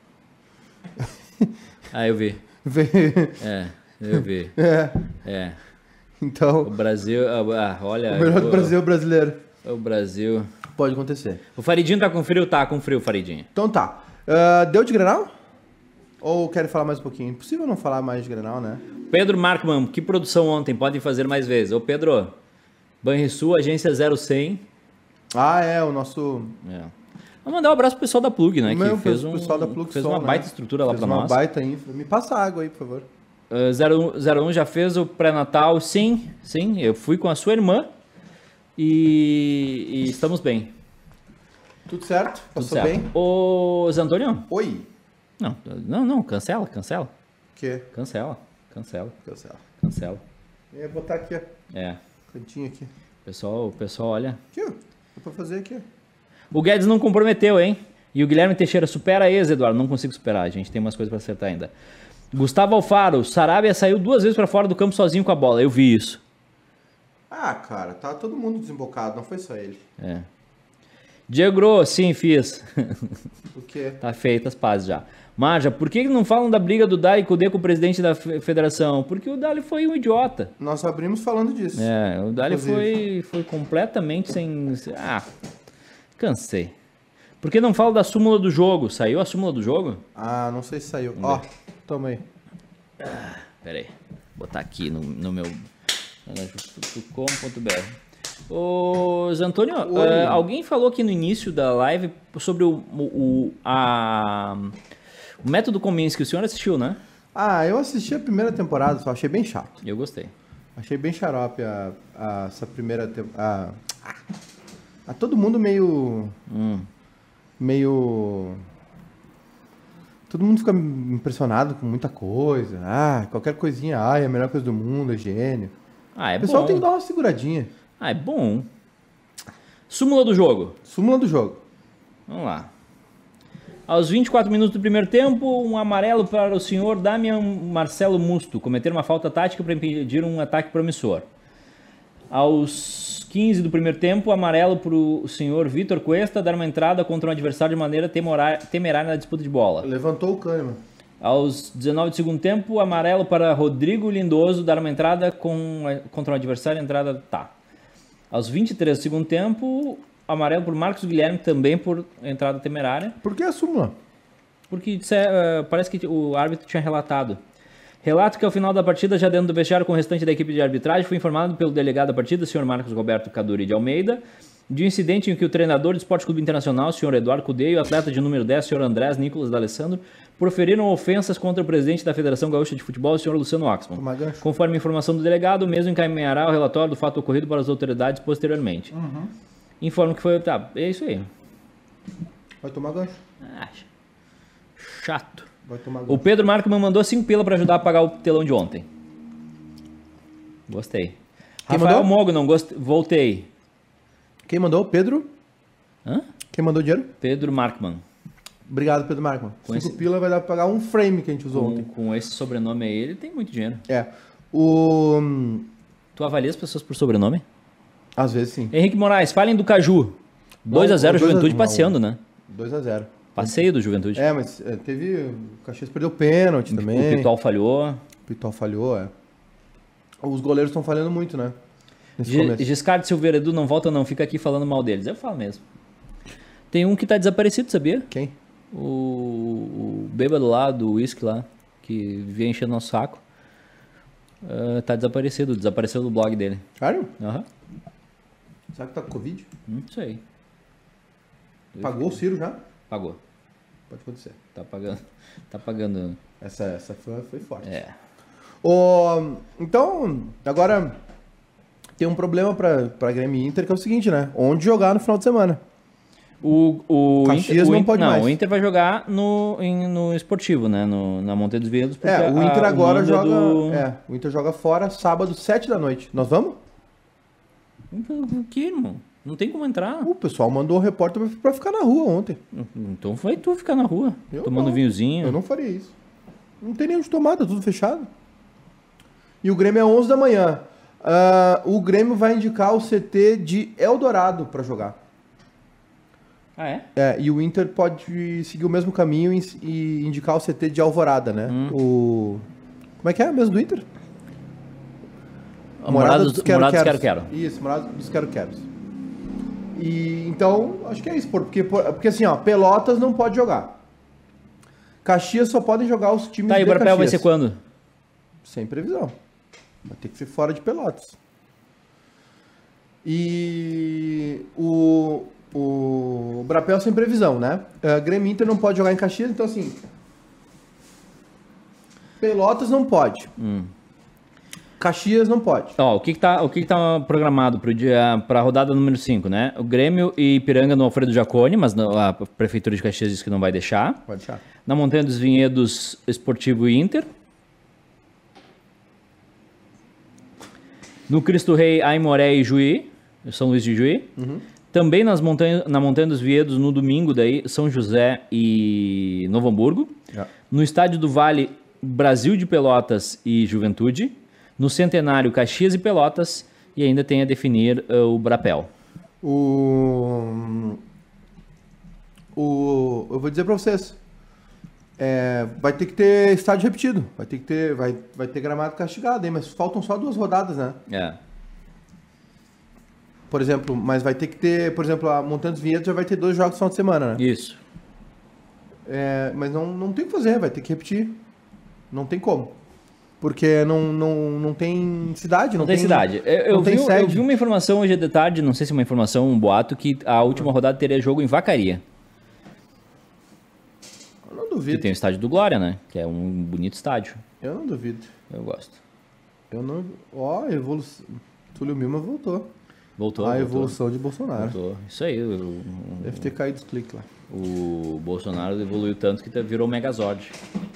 Ah, eu vi. Vê... É, eu vi. É. É. Então... O Brasil... Ah, olha... O melhor do o, Brasil é o brasileiro. O Brasil... Pode acontecer. O Faridinho tá com frio? Tá com frio, Faridinho. Então tá. Uh, deu de Grenal? Ou querem falar mais um pouquinho? Impossível não falar mais de Grenal, né? Pedro Markman, que produção ontem? Podem fazer mais vezes. Ô, Pedro, Banrisul, agência zero cem. Ah, é, o nosso... É. Vamos mandar um abraço pro pessoal da Plug, né? Meu, que fez, um, pessoal da Plug fez Sol, uma né? baita estrutura lá fez pra uma nós. baita infra. Me passa água aí, por favor. Uh, zero um já fez o pré-natal? Sim, sim. Eu fui com a sua irmã e, e estamos bem. Tudo certo? Tudo Passou certo. bem? Ô, Zé Antônio? Oi. Não, não, não, cancela, cancela. O quê? Cancela, cancela, Cancela. cancela. Eu ia botar aqui, ó. É. Cantinho aqui. O pessoal, o pessoal, olha. Aqui, ó. Dá pra fazer aqui, ó. O Guedes não comprometeu, hein? E o Guilherme Teixeira supera ex, Eduardo. Não consigo superar, a gente tem umas coisas pra acertar ainda. Gustavo Alfaro, Sarabia saiu duas vezes pra fora do campo sozinho com a bola. Eu vi isso. Ah, cara, tá todo mundo desembocado, não foi só ele. É. Diego Gro, sim, fiz. O quê? Tá feita as pazes já. Marja, por que não falam da briga do Dali Cudê com o presidente da federação? Porque o Dali foi um idiota. Nós abrimos falando disso. É, o Dali Inclusive. foi, foi completamente sem... Ah, cansei. Por que não fala da súmula do jogo? Saiu a súmula do jogo? Ah, não sei se saiu. Ó, toma aí. Ah, pera aí. Vou botar aqui no, no meu... ponto com ponto b r. Ô, Zé Antônio, uh, alguém falou aqui no início da live sobre o, o, o, a, o método Kominsky. O senhor assistiu, né? Ah, eu assisti a primeira temporada, só achei bem chato. Eu gostei. Achei bem xarope a, a, essa primeira temporada. A, a todo mundo meio... Hum. Meio... Todo mundo fica impressionado com muita coisa. Ah, qualquer coisinha, ah, é a melhor coisa do mundo, é gênio. Ah, é o pessoal bom. tem que dar uma seguradinha. Ah, é bom. Súmula do jogo. Súmula do jogo. Vamos lá. Aos vinte e quatro minutos do primeiro tempo, um amarelo para o senhor Damian Marcelo Musto cometer uma falta tática para impedir um ataque promissor. Aos quinze do primeiro tempo, amarelo para o senhor Vitor Cuesta dar uma entrada contra um adversário de maneira temerária na disputa de bola. Levantou o Kahneman. Aos dezenove do segundo tempo, amarelo para Rodrigo Lindoso dar uma entrada com, contra um adversário, entrada tá. Aos vinte e três do segundo tempo, amarelo por Marcos Guilherme, também por entrada temerária. Por que a súmula? Porque uh, parece que o árbitro tinha relatado. Relato que ao final da partida, já dentro do vestiário com o restante da equipe de arbitragem, foi informado pelo delegado da partida, senhor Marcos Roberto Caduri de Almeida, de um incidente em que o treinador do Esporte Clube Internacional, senhor Eduardo Cudê, e o atleta de número dez, senhor Andrés Nicolas D'Alessandro, proferiram ofensas contra o presidente da Federação Gaúcha de Futebol, o senhor Luciano Oxman. Conforme a informação do delegado, o mesmo encaminhará o relatório do fato ocorrido para as autoridades posteriormente. Uhum. Informo que foi... Tá, é isso aí. Vai tomar gancho. Ah, chato. Vai tomar o Pedro Markman mandou cinco pila para ajudar a pagar o telão de ontem. Gostei. Quem Rafael mandou? Mognon, gost... voltei. Quem mandou? Pedro? Hã? Quem mandou dinheiro? Pedro Markman. Obrigado, Pedro Markman. Com Cinco esse... pila vai dar pra pagar um frame que a gente usou com, ontem. Com esse sobrenome aí, ele tem muito dinheiro. É. O... Tu avalia as pessoas por sobrenome? Às vezes sim. Henrique Moraes, falem do Caju. dois a zero Juventude passeando, né? dois a zero. Passeio do Juventude. É, mas é, teve... O Caxias perdeu pênalti também. O Pitol falhou. O Pitol falhou, é. Os goleiros estão falhando muito, né? Giscard Silveira, Edu, não volta não, fica aqui falando mal deles. Eu falo mesmo. Tem um que tá desaparecido, sabia? Quem? O, o bêbado lá, do uísque lá, que vivia enchendo nosso saco. Uh, tá desaparecido, desapareceu do blog dele. Sério? Aham. Uhum. Será que tá com Covid? Não sei. Pagou o Ciro já? Pagou. Pode acontecer. Tá pagando. Tá pagando. Essa, essa foi, foi forte. É. O, então, agora tem um problema pra, pra Grêmio e Inter, que é o seguinte, né? Onde jogar no final de semana? O, o Caxias Inter, o não Inter, pode não, mais. O Inter vai jogar no, em, no esportivo, né? No, na Montanha dos Vinhedos. É, o Inter a, agora o joga. do... É, o Inter joga fora sábado, sete da noite. Nós vamos? O que, irmão? Não tem como entrar. O pessoal mandou o repórter pra, pra ficar na rua ontem. Então vai tu ficar na rua, Eu tomando não. vinhozinho. Eu não faria isso. Não tem nem onde tomar, tá tudo fechado. E o Grêmio é onze da manhã. Uh, o Grêmio vai indicar o C T de Eldorado pra jogar. Ah, é? É, e o Inter pode seguir o mesmo caminho e, e indicar o C T de Alvorada, né? Hum. O... Como é que é mesmo do Inter? A Morada dos Quero Quero. Isso, Morada dos Quero Queros. E então, acho que é isso, porque, porque assim, ó, Pelotas não pode jogar. Caxias só podem jogar os times tá, de e o Brapel Caxias. vai ser quando? Sem previsão. Vai ter que ser fora de Pelotas. E o, o Brapel sem previsão, né? Uh, Grêmio Inter não pode jogar em Caxias, então assim... Pelotas não pode. Hum. Caxias não pode. Ó, o que que tá, o que que tá programado pro dia, pra rodada número cinco, né? O Grêmio e Ipiranga no Alfredo Jaconi, mas não, a Prefeitura de Caxias disse que não vai deixar. Pode deixar. Na Montanha dos Vinhedos, Esportivo e Inter. No Cristo Rei, Aimoré e Juí, São Luís de Juí. Uhum. Também nas montanha, na Montanha dos Vinhedos, no domingo, daí, São José e Novo Hamburgo. Já. No Estádio do Vale, Brasil de Pelotas e Juventude. No Centenário, Caxias e Pelotas. E ainda tem a definir uh, o Brapel. O... o... Eu vou dizer pra vocês. É, vai ter que ter estádio repetido. Vai ter que ter, vai, vai ter gramado castigado, hein? Mas faltam só duas rodadas, né? É. Por exemplo, mas vai ter que ter, por exemplo, a Montanha dos Vinhedos já vai ter dois jogos no final de semana, né? Isso. É, mas não, não tem o que fazer, vai ter que repetir. Não tem como. Porque não, não, não tem cidade, não, Não tem cidade. Eu, eu, não vi, tem eu sede. vi uma informação hoje de tarde, não sei se é uma informação, um boato, que a última rodada teria jogo em Vacaria. Eu não Que duvido. tem o estádio do Glória, né? Que é um bonito estádio. Eu não duvido. Eu gosto. Eu não... Ó, evolução... Túlio Milma voltou. Voltou. A voltou, evolução de Bolsonaro. voltou. Isso aí. O, Deve ter caído os cliques lá. o Bolsonaro evoluiu tanto que virou Megazord.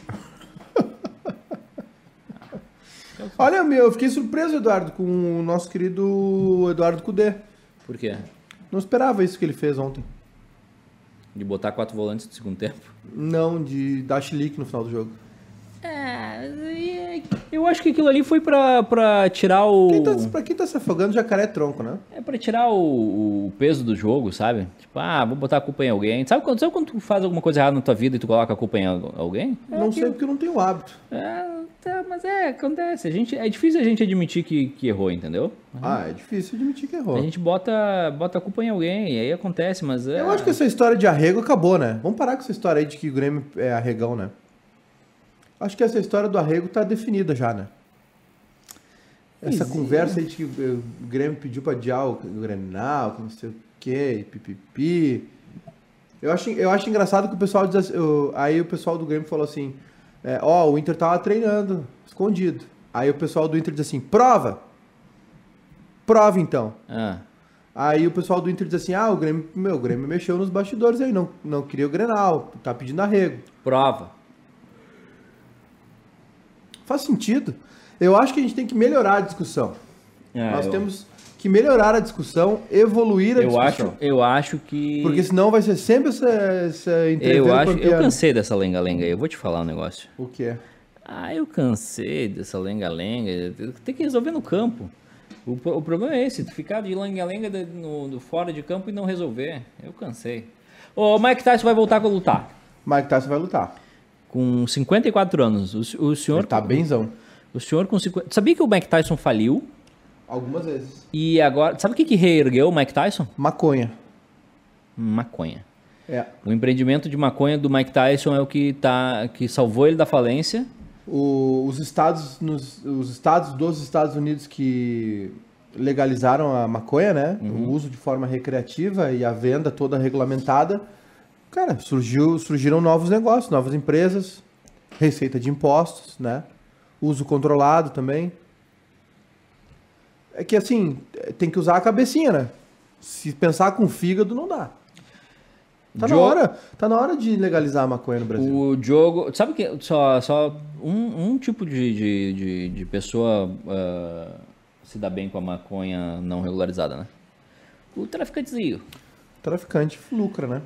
Olha, meu, eu fiquei surpreso, Eduardo, com o nosso querido Eduardo Cudê. Por quê? Não esperava isso que ele fez ontem. De botar quatro volantes no segundo tempo? Não, de dar chilique no final do jogo. É, eu acho que aquilo ali foi pra, pra tirar o... Quem tá, pra quem tá se afogando, jacaré é tronco, né? É pra tirar o, o peso do jogo, sabe? Tipo, ah, vou botar a culpa em alguém. Sabe quando, sabe quando tu faz alguma coisa errada na tua vida e tu coloca a culpa em al- alguém? É não aquilo. sei porque eu não tenho hábito. É, tá, mas é, acontece. A gente, é difícil a gente admitir que, que errou, entendeu? Ah, é difícil admitir que errou. A gente bota, bota a culpa em alguém e aí acontece, mas é... Eu acho que essa história de arrego acabou, né? Vamos parar com essa história aí de que o Grêmio é arregão, né? Acho que essa história do arrego tá definida já, né? Essa Existe. conversa aí de que o Grêmio pediu pra adiar o Grenal, que não sei o quê, pipipi. Eu acho, eu acho engraçado que o pessoal diz assim, o- aí o pessoal do Grêmio falou assim, é, ó, o Inter tava treinando, escondido. Aí o pessoal do Inter diz assim, prova! Prova então. Ah, Aí o pessoal do Inter diz assim, ah, o Grêmio, meu, o Grêmio mexeu nos bastidores aí, não, não queria o Grenal, tá pedindo arrego. prova. Faz sentido. Eu acho que a gente tem que melhorar a discussão. Ah, Nós eu, temos que melhorar a discussão, evoluir a eu discussão. acho, eu acho que... Porque senão vai ser sempre essa, essa eu entrevista acho, eu pampeana. cansei dessa lenga-lenga aí. Eu vou te falar um negócio. O que é? Ah, eu cansei dessa lenga-lenga. Tem que resolver no campo. O, pro- o problema é esse, tu ficar de lenga-lenga de- no, no fora de campo e não resolver. Eu cansei. O Mike Tyson vai voltar a lutar. Mike Tyson vai lutar. Com cinquenta e quatro anos. O, se- o senhor... Ele tá benzão. O senhor com cinquenta... Sabia que o Mike Tyson faliu? Algumas vezes. E agora... Sabe o que que reergueu o Mike Tyson? Maconha. Maconha. É. O empreendimento de maconha do Mike Tyson é o que, tá, que salvou ele da falência. O- os estados, nos, os estados dos Estados Unidos que legalizaram a maconha, né? O uso de forma recreativa e a venda toda regulamentada. Cara, surgiu, surgiram novos negócios, novas empresas, receita de impostos, né? Uso controlado também. É que assim, tem que usar a cabecinha, né? Se pensar com o fígado, não dá. Tá, Jo- na hora, tá na hora de legalizar a maconha no Brasil. O Diogo... Sabe que só, só um, um tipo de, de, de, de pessoa ah, se dá bem com a maconha não regularizada, né? O traficantezinho. Traficante lucra, né?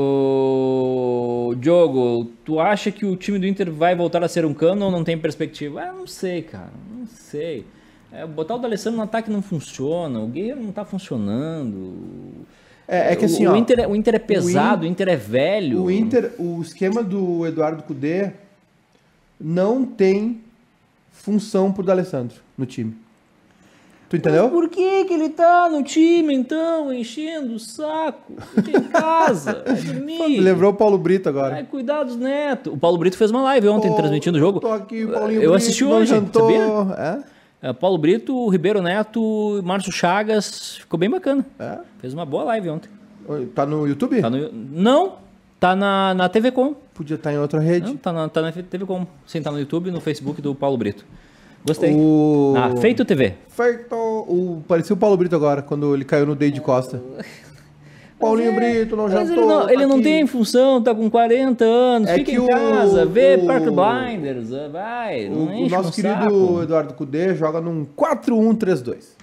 O Diogo, tu acha que o time do Inter vai voltar a ser um cano ou não tem perspectiva? Ah, não sei, cara, não sei. É, botar o D'Alessandro no ataque não funciona, o Guerreiro não tá funcionando. É, é que assim, o, ó, o, Inter, é- o Inter é pesado, o, In- Inter é velho. O Inter, o esquema do Eduardo Cudê não tem função pro D'Alessandro no time. Tu entendeu? Mas por que que ele tá no time, então, enchendo o saco? Fica em casa, vai dormir. Lembrou o Paulo Brito agora. Vai cuidar dos netos. O Paulo Brito fez uma live ontem Pô, transmitindo o jogo. Tô aqui, Paulinho Eu Brito, assisti não hoje, jantou. sabia? É? É, Paulo Brito, Ribeiro Neto, Márcio Chagas, ficou bem bacana. É? Fez uma boa live ontem. Tá no YouTube? Tá no, não, tá na, na T V Com. Podia estar em outra rede. Não, tá, na, tá na T V Com. Sim, tá no YouTube, no Facebook do Paulo Brito. Gostei. O... Na Feito T V. Feito. O... Parecia o Paulo Brito agora, quando ele caiu no Deide Costa. Paulinho é, Brito, não Mas jantou. ele não, tá ele não aqui. tem função, tá com quarenta anos, É fica que em o- casa, vê o- Parker Blinders, vai, O, não o enche nosso um querido saco. Eduardo Cudê joga num quatro um três dois.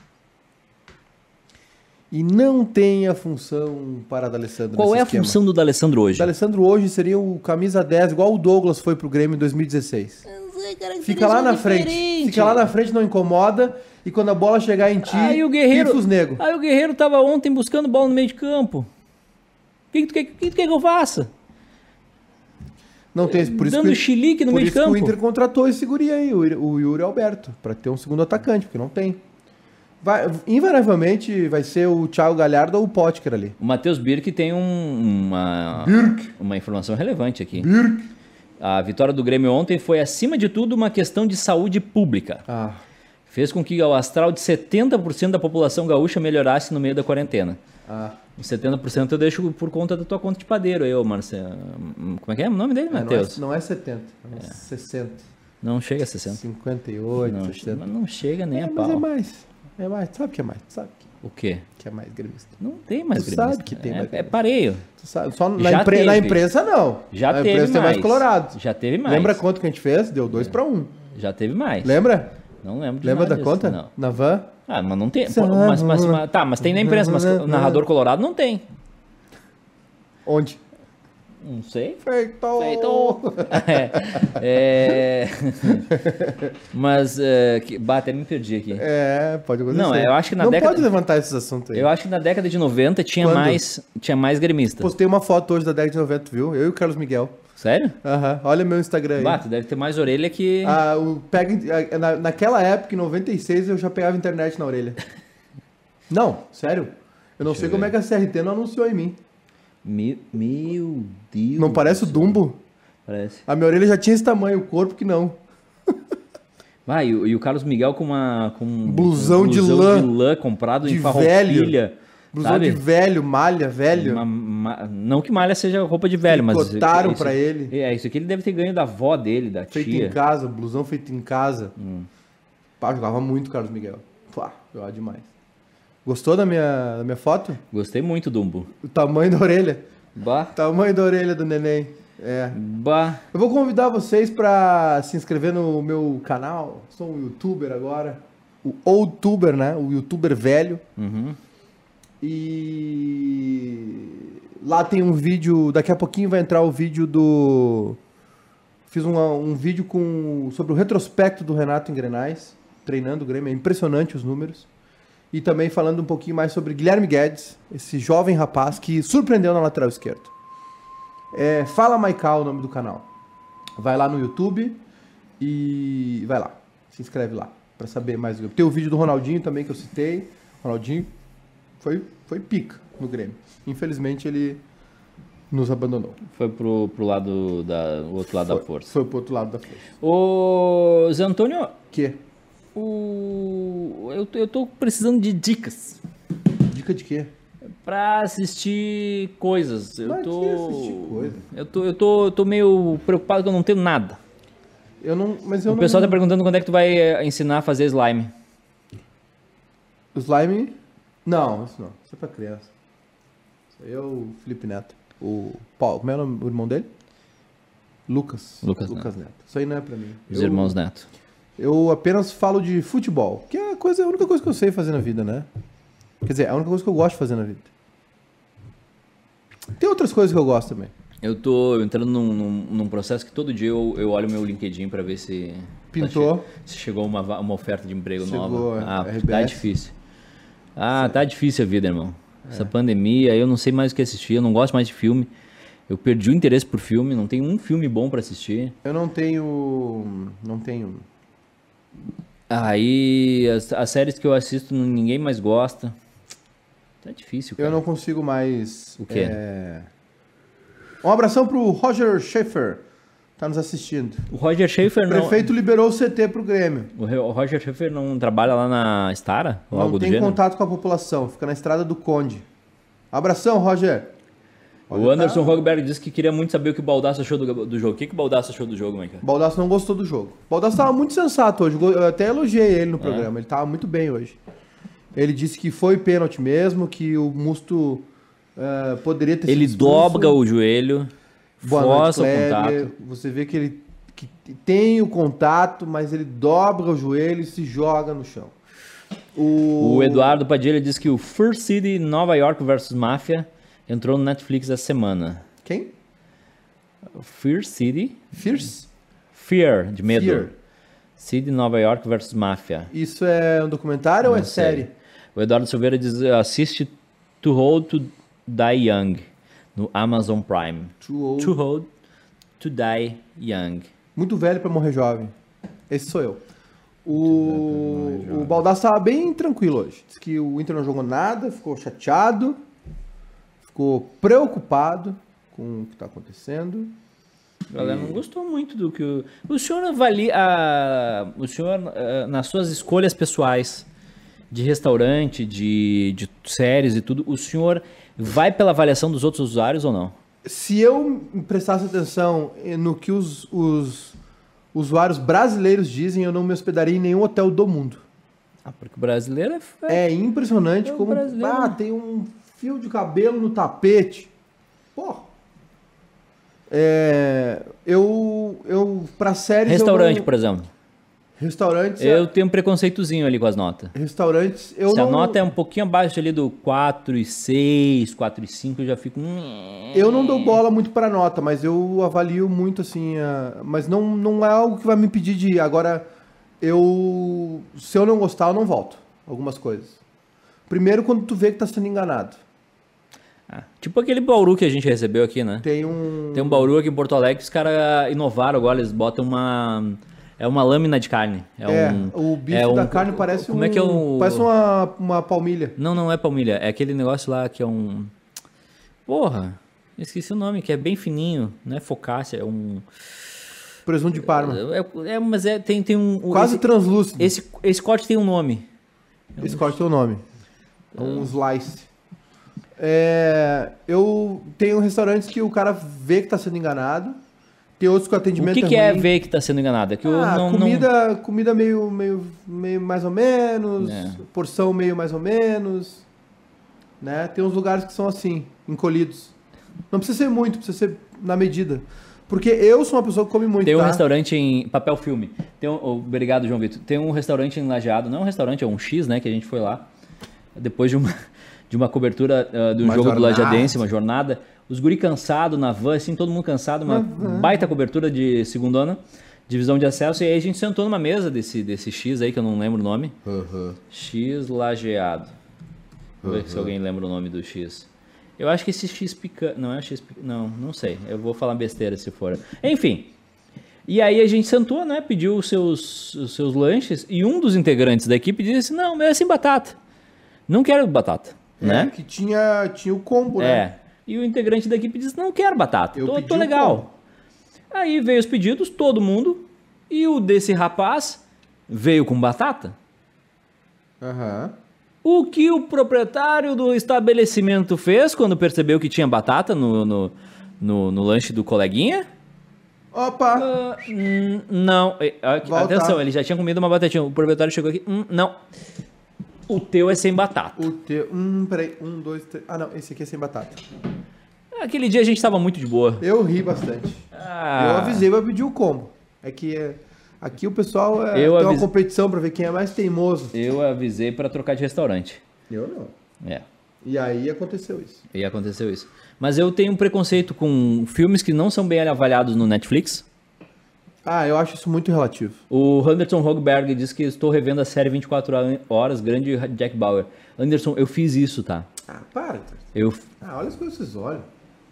E não tem a função para D'Alessandro Qual nesse é a esquema. função do D'Alessandro hoje? D'Alessandro hoje seria o camisa dez, igual o Douglas foi pro Grêmio em dois mil e dezesseis. Fica lá na frente. Fica lá na frente, não incomoda. E quando a bola chegar em ti, Aí o Guerreiro, pifa os nego. aí o Guerreiro tava ontem buscando bola no meio de campo. O que, que, tu quer- que tu quer que eu faça? Não tem, por isso Dando que, chilique no por meio isso de que campo. o Inter contratou esse guri aí, o, Yuri- o Yuri Alberto, para ter um segundo atacante, porque não tem. Vai, invariavelmente vai ser o Thiago Galhardo ou o Potker ali. O Matheus Birk tem um- uma, uma informação relevante aqui. Birk. A vitória do Grêmio ontem foi, acima de tudo, uma questão de saúde pública. Ah, Fez com que o astral de setenta por cento da população gaúcha melhorasse no meio da quarentena. ah. Os setenta por cento eu deixo por conta da tua conta de padeiro, eu, Marcelo. Como é que é o nome dele, É, não, é, Matheus? não é setenta, é, sessenta. Não chega a sessenta. cinquenta e oito, Não, sessenta. mas não chega nem É, a mas pau. é mais. É mais. Sabe o que é mais? Sabe O quê? que é mais gremista? Não tem mais Tu gremista. sabe que tem é, mais é gremista. pareio. Tu sabe? Só na, Já impre... teve. na imprensa, não. Já na teve imprensa tem mais mais. colorado. Já teve mais. Lembra quanto que a gente fez? Deu dois pra um. Já teve mais. Lembra? Não lembro de Lembra nada da disso, conta? Não. Na van? Ah, mas não tem. Pô, mas, mas, mas- tá, mas tem na imprensa, mas o narrador colorado não tem. Onde? Não sei. Feito! Feito! É, é... Mas, é, que... bah, até me perdi aqui. É, pode acontecer. Não, eu acho que na não década- pode levantar esses assuntos aí. Eu acho que na década de noventa tinha Quando? mais, tinha mais gremista. Postei uma foto hoje da década de noventa, viu? Eu e o Carlos Miguel. Sério? Aham. Olha meu Instagram aí. Bah, tu deve ter mais orelha que... Ah, o pega, ah, na, naquela época, em noventa e seis, eu já pegava internet na orelha. Não, sério. Eu não Deixa sei eu como ver. é que a C R T não anunciou em mim. Meu, meu Deus. Não parece o do céu. Dumbo? Parece. A minha orelha já tinha esse tamanho, o corpo que não. Vai, e, o- e o Carlos Miguel com uma... Com um Blusão um de blusão lã. de lã comprado De em farroupilha. Blusão sabe? de velho, malha, velho. Uma- ma- não que malha seja roupa de velho, mas... Tricotaram isso- pra ele. É, isso aqui ele deve ter ganho da avó dele, da Feito tia. em casa, blusão feito em casa. Hum. Pá, jogava muito Carlos Miguel. Pá, jogava demais. Gostou da minha, da minha foto? Gostei muito, Dumbo. O tamanho da orelha. Bah, Tamanho da orelha do neném. É. bah. Eu vou convidar vocês pra se inscrever no meu canal. Sou um youtuber agora. O Outuber, né? O youtuber velho. Uhum. E lá tem um vídeo. Daqui a pouquinho vai entrar o vídeo do. Fiz um, um vídeo com, sobre o retrospecto do Renato em Grenais, treinando o Grêmio. É impressionante os números. E também falando um pouquinho mais sobre Guilherme Guedes, esse jovem rapaz que surpreendeu na lateral esquerda. É, Fala Maical, o nome do canal. Vai lá no YouTube e vai lá. Se inscreve lá pra saber mais. Tem o vídeo do Ronaldinho também que eu citei. Ronaldinho foi, foi pica no Grêmio. Infelizmente ele nos abandonou. Foi pro, pro lado da, o outro lado foi, da força. Foi pro outro lado da força. Ô, Zé Antônio, Que? o... eu, eu tô precisando de dicas Dica de quê? pra assistir coisas. Eu Mas tô... que assistir coisa? Eu tô, eu tô, eu tô meio preocupado que eu não tenho nada. Eu não, mas eu O não. pessoal tá perguntando quando é que tu vai eh, ensinar a fazer slime. O slime? Não, isso não. Isso é pra criança. Isso aí é o Felipe Neto. O Paulo, como é o, nome, o irmão dele? Lucas. Lucas Neto. Isso aí não é pra mim. Os Eu- irmãos Neto. Eu apenas falo de futebol, que é a, coisa, a única coisa que eu sei fazer na vida, né? Quer dizer, é a única coisa que eu gosto de fazer na vida. Tem outras coisas que eu gosto também. Eu tô entrando num, num, num processo que todo dia eu, eu olho meu LinkedIn pra ver se... Pintou. tá che- se chegou uma, va- uma oferta de emprego Chegou, nova. é, Ah, R B tá S. difícil. Ah, tá difícil a vida, irmão. Essa pandemia, eu não sei mais o que assistir, eu não gosto mais de filme. Eu perdi o interesse por filme, não tem um filme bom pra assistir. Eu não tenho. Não tenho. Aí, as, as séries que eu assisto, ninguém mais gosta. Tá difícil, cara. Eu não consigo mais. O quê? é, Um abração pro Roger Schaefer. Tá nos assistindo. O Roger Schaefer O não... prefeito liberou o C T pro Grêmio. O Re- o Roger Schaefer não trabalha lá na Stara? Ou Não algo do tem gênero? contato com a população. Fica na estrada do Conde. Abração, Roger. O Anderson Rogberg disse que queria muito saber o que o Baldasso achou do, do jogo. O que, que o Baldasso achou do jogo, Maica? O Baldasso não gostou do jogo. O Baldasso tava muito sensato hoje. Eu até elogiei ele no É. programa. Ele tava muito bem hoje. Ele disse que foi pênalti mesmo, que o Musto eh, poderia ter Ele sido expulso. dobra o joelho, Boa noite, força o Kleber. contato. Você vê que ele que tem o contato, mas ele dobra o joelho e se joga no chão. O, O Eduardo Padilha disse que o First City Nova York versus Máfia entrou no Netflix essa semana. Quem? Fear City, Fierce? Fear, de medo. Fear. City Nova York versus Máfia. Isso é um documentário ou é Não sei. série? O Eduardo Silveira diz, assiste To Hold to Die Young no Amazon Prime. Too old. To Hold to Die Young. Muito velho pra morrer jovem. Esse sou eu. O, o Baldasso tava bem tranquilo hoje. Diz que o Inter não jogou nada, ficou chateado, ficou preocupado com o que tá acontecendo. A galera não gostou muito do que o... O senhor avalia... A... O senhor, uh, nas suas escolhas pessoais de restaurante, de, de séries e tudo, o senhor vai pela avaliação dos outros usuários ou não? Se eu prestasse atenção no que os, os usuários brasileiros dizem, eu não me hospedaria em nenhum hotel do mundo. Ah, porque o brasileiro é... É impressionante É o como... brasileiro. Ah, tem um fio de cabelo no tapete. Pô. É, eu, eu, pra séries... Restaurante, eu não... por exemplo. Restaurantes... Eu tenho um preconceitozinho ali com as notas. Restaurantes, eu Se não... a nota é um pouquinho abaixo ali do quatro e seis, quatro e cinco, eu já fico... Eu não dou bola muito pra nota, mas eu avalio muito, assim... A... Mas não, não é algo que vai me impedir de ir. Agora, eu... Se eu não gostar, eu não volto. Algumas coisas. Primeiro, quando tu vê que tá sendo enganado. Ah, tipo aquele bauru que a gente recebeu aqui, né? Tem um... Tem um bauru aqui em Porto Alegre que os caras inovaram agora, eles botam uma... É uma lâmina de carne. É, É, um, o bife é um- da carne parece como um... é que é o... Parece uma, uma palmilha. Não, não é palmilha. É aquele negócio lá que é um... Porra, esqueci o nome, que é bem fininho. Não é focaccia, é um... Presunto de Parma. É, é, mas é, tem, tem um... Quase esse, translúcido. esse, esse corte tem um nome. Esse corte tem o nome. É um slice. É, eu tenho restaurantes que o cara vê que tá sendo enganado. Tem outros que o O atendimento que, é que é ruim. ver que tá sendo enganado? É que eu Ah, não... não- comida, comida meio, meio, meio mais ou menos, É. porção meio mais ou menos, né? Tem uns lugares que são assim, encolhidos. Não precisa ser muito, precisa ser na medida. Porque eu sou uma pessoa que come muito, Tem um tá? restaurante em papel filme. Tem um, oh, obrigado, João Vitor. Tem um restaurante em Lajeado, não é um restaurante, é um X, né? Que a gente foi lá. Depois de uma, de uma cobertura uh, do Uma jogo jornada. do Lajadense, uma jornada. Os guri cansados na van, assim, todo mundo cansado. Uma baita cobertura de segundona, divisão de acesso. E aí a gente sentou numa mesa desse, desse X aí, que eu não lembro o nome. Uhum. X Lajeado. Vou ver se alguém lembra o nome do X. Eu acho que esse X pica... Não é X pica... Não, não sei. Eu vou falar besteira se for. Enfim. E aí a gente sentou, né? Pediu os seus, os seus lanches. E um dos integrantes da equipe disse, não, mas é sem batata. Não quero batata. É, Né? que tinha, tinha o combo, né? É. E o integrante da equipe disse, não quero batata. Eu Tô, pedi tô o legal. Aí veio os pedidos, todo mundo. E o desse rapaz veio com batata. Aham. O que o proprietário do estabelecimento fez quando percebeu que tinha batata no, no, no, no lanche do coleguinha? Opa! Ah, hum, não. Eh, aqui, Volta. atenção, ele já tinha comido uma batatinha. O proprietário chegou aqui. Hum, não. O teu é sem batata. O teu... Hum, peraí. Um, dois, três... Ah, não. Esse aqui é sem batata. Aquele dia a gente tava muito de boa. Eu ri bastante. Ah, Eu avisei pra pedir o combo. É que é... aqui o pessoal é... Eu tem uma avise- competição pra ver quem é mais teimoso. Eu avisei pra trocar de restaurante. Eu não. É. E aí aconteceu isso. E aconteceu isso. Mas eu tenho um preconceito com filmes que não são bem avaliados no Netflix. Ah, eu acho isso muito relativo. O Anderson Hogberg diz que estou revendo a série vinte e quatro horas, grande Jack Bauer. Anderson, eu fiz isso, tá? Ah, para. Tarcísio. Eu... Ah, olha as coisas que vocês olham.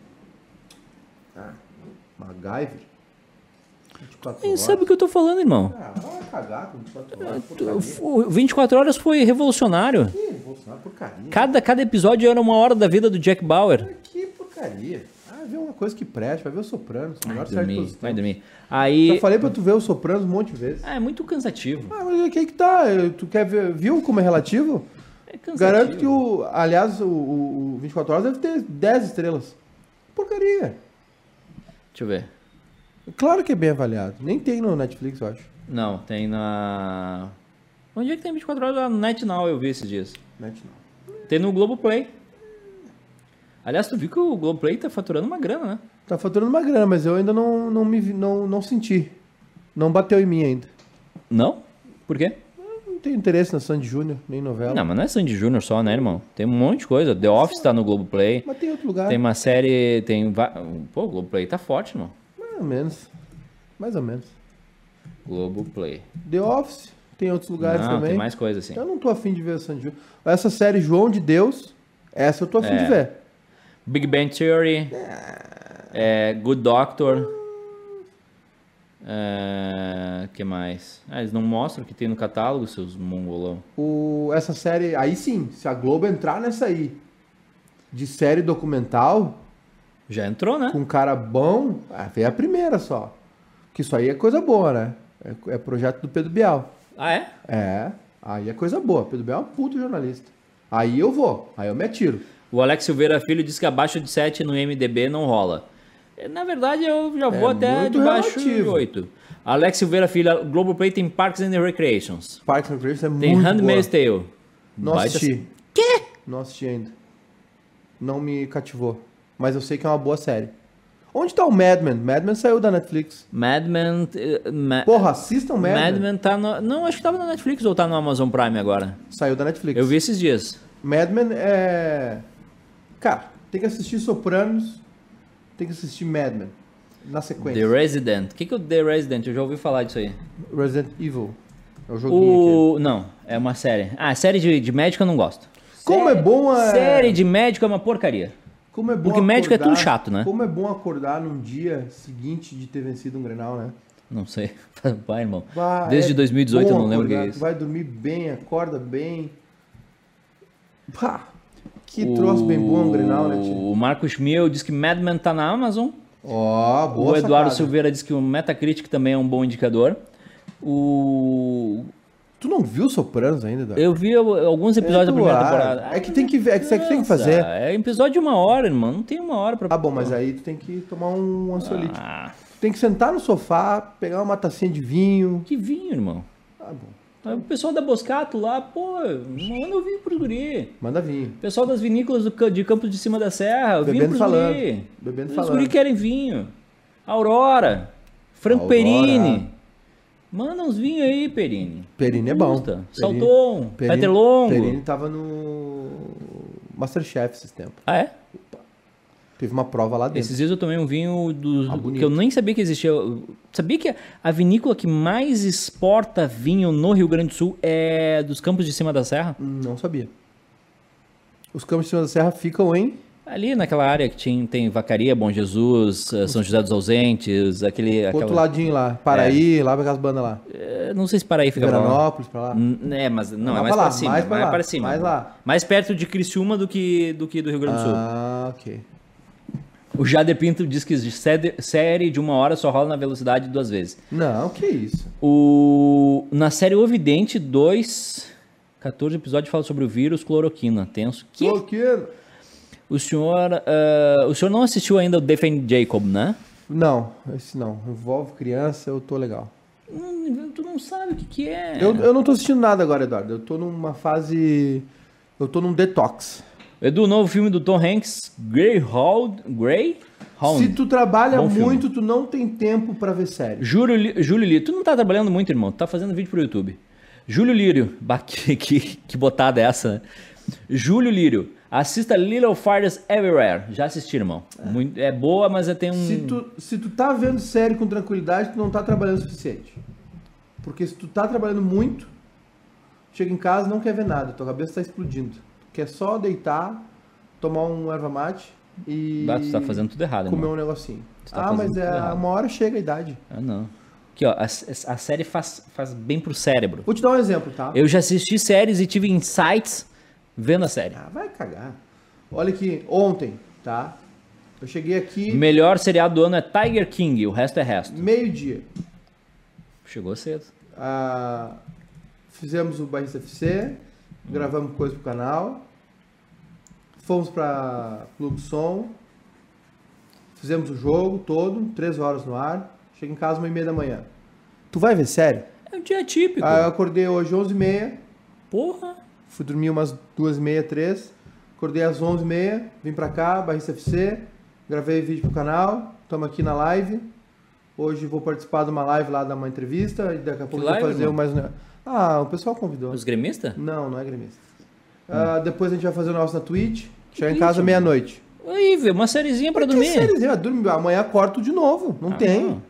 Ah, MacGyver. vinte e quatro Nem horas. sabe o que eu tô falando, irmão. Ah, vai cagar com vinte e quatro horas. Tu- Porcaria. O vinte e quatro horas foi revolucionário. Que Bolsonaro, porcaria. Cada, cada episódio era uma hora da vida do Jack Bauer. Que porcaria. Ah, vê uma coisa que presta, vai ver o Sopranos. Melhor Vai série de dormir, todos os vai tempos. dormir. Aí... Já falei pra tu ver o Sopranos um monte de vezes. Ah, é muito cansativo. Ah, mas aqui que tá. Tu quer ver, viu como é relativo? É cansativo. Garanto que o. Aliás, o, o, o vinte e quatro horas deve ter dez estrelas. Porcaria. Deixa eu ver. Claro que é bem avaliado. Nem tem no Netflix, eu acho. Não, tem na... Onde é que tem vinte e quatro horas? Lá no NetNow eu vi esses dias. Net não. Tem no Globoplay. Aliás, tu viu que o Globoplay tá faturando uma grana, né? Tá faturando uma grana, mas eu ainda não, não, me, vi- não, não senti. Não bateu em mim ainda. Não? Por quê? Não tenho interesse na Sandy Júnior, nem novela. Não, mas não é Sandy Júnior só, né, irmão? Tem um monte de coisa. The Office tá no Globoplay. Mas tem outro lugar. Tem uma série... Tem... va- Pô, o Globoplay tá forte, irmão. Mais ou menos. Mais ou menos. Globoplay. The Office, tem outros lugares Não, também. tem mais coisa assim. Eu não tô afim de ver a Sandy Júnior. Essa série João de Deus, essa eu tô afim É. de ver. Big Bang Theory. É, Good Doctor. É, que mais? Ah, eles não mostram o que tem no catálogo, seus mongolão. O, essa série, aí sim, se a Globo entrar nessa aí de série documental, Já entrou, né? com um cara bom, ah, veio a primeira só. Que isso aí é coisa boa, né? É, é projeto do Pedro Bial. Ah, é? É, aí é coisa boa. Pedro Bial é um puto jornalista. Aí eu vou, aí eu me atiro. O Alex Silveira Filho diz que abaixo de sete no I M D B não rola. Na verdade, eu já vou É até muito debaixo de relativo. oito. Alex Silveira Filho, Globoplay tem Parks and Recreations. Parks and Recreations é Tem muito Handmaid's boa. Tale. Não Baita- assisti. Quê? Não assisti ainda. Não me cativou. Mas eu sei que é uma boa série. Onde tá o Mad Men? Mad Men saiu da Netflix. Mad Men... eh, Ma- Porra, assistam Mad, Mad Men. Men tá no... Não, acho que tava na Netflix ou tá no Amazon Prime agora. Saiu da Netflix. Eu vi esses dias. Mad Men é... Cara, tem que assistir Sopranos, tem que assistir Mad Men. Na sequência. The Resident. O que, que é o The Resident? Eu já ouvi falar disso aí. Resident Evil. É o joguinho O... Não, é uma série. Ah, série de, de médico eu não gosto. Como Série- é bom a- Série de médico é uma porcaria. Como é bom Porque médico é acordar- tudo chato, né? Como é bom acordar num dia seguinte de ter vencido um Grenal, né? Não sei. Vai, irmão. Vai, Desde é dois mil e dezoito eu bom não lembro o que é acordar, isso. tu vai dormir bem, acorda bem. Pá, que troço bem bom um Grenal, né, tio? O Marcos Schmiel diz que Mad Men tá na Amazon. Ó, boa O Eduardo sacada. Silveira diz que o Metacritic também é um bom indicador. O... Tu não viu Sopranos ainda, Eduardo? Eu vi alguns episódios da primeira Ah, temporada. É que tem que ver, é que você que tem que fazer. Nossa, É episódio de uma hora, irmão. Não tem uma hora pra... Ah, bom, mas aí tu tem que tomar um ansiolítico. Ah, Tu tem que sentar no sofá, pegar uma tacinha de vinho. que vinho, irmão. Ah, bom. Aí O pessoal da Boscato lá, pô, manda eu vinho pros guri. Manda vinho. O pessoal das vinícolas do ca- de Campos de Cima da Serra, eu vinho Bebendo pros falando. guri. Bebendo Os falando. guri querem vinho. Aurora, Franco Aurora. Perini. Manda uns vinhos aí, Perini. Perini é Não bom. custa. Perini- Salton, Perini- Peter Longo. Perini tava no Masterchef esses tempos. Ah, é? Teve uma prova lá dentro. Esses dias eu tomei um vinho do, Ah, bonito. que eu nem sabia que existia. Eu sabia que a vinícola que mais exporta vinho no Rio Grande do Sul é dos Campos de Cima da Serra? Hum, Não sabia. Os Campos de Cima da Serra ficam em... Ali naquela área que tinha, tem Vacaria, Bom Jesus, eh, São José dos Ausentes, aquele... Outro Aquela, ladinho lá. Paraí, lá pra aquelas bandas lá. Eh, não sei se Paraí fica pra lá. Veranópolis, pra lá. N- É, mas não, Lá é mais pra pra lá, cima. mais pra mais lá, pra cima. mais lá. Mais perto de Criciúma do que do, que do Rio Grande do Sul. Ah, ok. O Jader Pinto diz que de série- série de uma hora só rola na velocidade duas vezes. Não, que isso. O... Na série O Vidente dois, quatorze episódios fala sobre o vírus cloroquina. Tenso. Que? Coloqueiro. O senhor, ah, o senhor não assistiu ainda o Defend Jacob, né? Não, esse não. Envolve criança, eu tô legal. Hum, tu não sabe o que, que é. Eu, eu não tô assistindo nada agora, Eduardo. Eu tô numa fase... Eu tô num detox. Edu, o novo filme do Tom Hanks, Greyhound. Greyhound. Se tu trabalha Bom filme. muito, tu não tem tempo pra ver série. Júlio, Li- Júlio Lírio. Tu não tá trabalhando muito, irmão. Tu tá fazendo vídeo pro YouTube. Júlio Lírio. Bah, que, que, que botada é essa, né? Júlio Lírio. Assista Little Fires Everywhere. Já assisti, irmão. Muito, é boa, mas tem um... Se tu, se tu tá vendo série com tranquilidade, tu não tá trabalhando o suficiente. Porque se tu tá trabalhando muito, chega em casa e não quer ver nada. Tua cabeça tá explodindo. Tu quer só deitar, tomar um erva mate e... Bah, tu tá fazendo tudo errado, comer irmão. um negocinho. Tu tá ah, fazendo mas é, tudo errado. uma hora chega a idade. Ah, não. Aqui, ó. A, a série faz, faz bem pro cérebro. Vou te dar um exemplo, tá? Eu já assisti séries e tive insights vendo a série. Ah, vai cagar. Olha aqui, ontem, tá? Eu cheguei aqui Melhor seriado do ano é Tiger King, o resto é resto. meio-dia. Chegou cedo. Ah, fizemos o Barrista F C, gravamos coisa pro canal, fomos pra Clube Som, fizemos o jogo todo, três horas no ar, chega em casa uma e meia da manhã. Tu vai ver série? É um dia típico. Ah, eu acordei hoje onze e meia, Porra. fui dormir umas duas e meia, três, acordei às onze e meia, vim pra cá, Barrista F C, gravei vídeo pro canal, estamos aqui na live. Hoje vou participar de uma live lá, dar uma entrevista, e daqui a pouco live, vou fazer irmão? mais... um- Ah, o pessoal convidou. Os gremistas? Não, não é gremista. Ah, depois a gente vai fazer o nosso na Twitch. Chegar em Twitch, casa mano? meia-noite. Aí, velho, uma sériezinha pra Que dormir. sériezinha, dorme- Amanhã corto de novo. Não Ah, tem. não.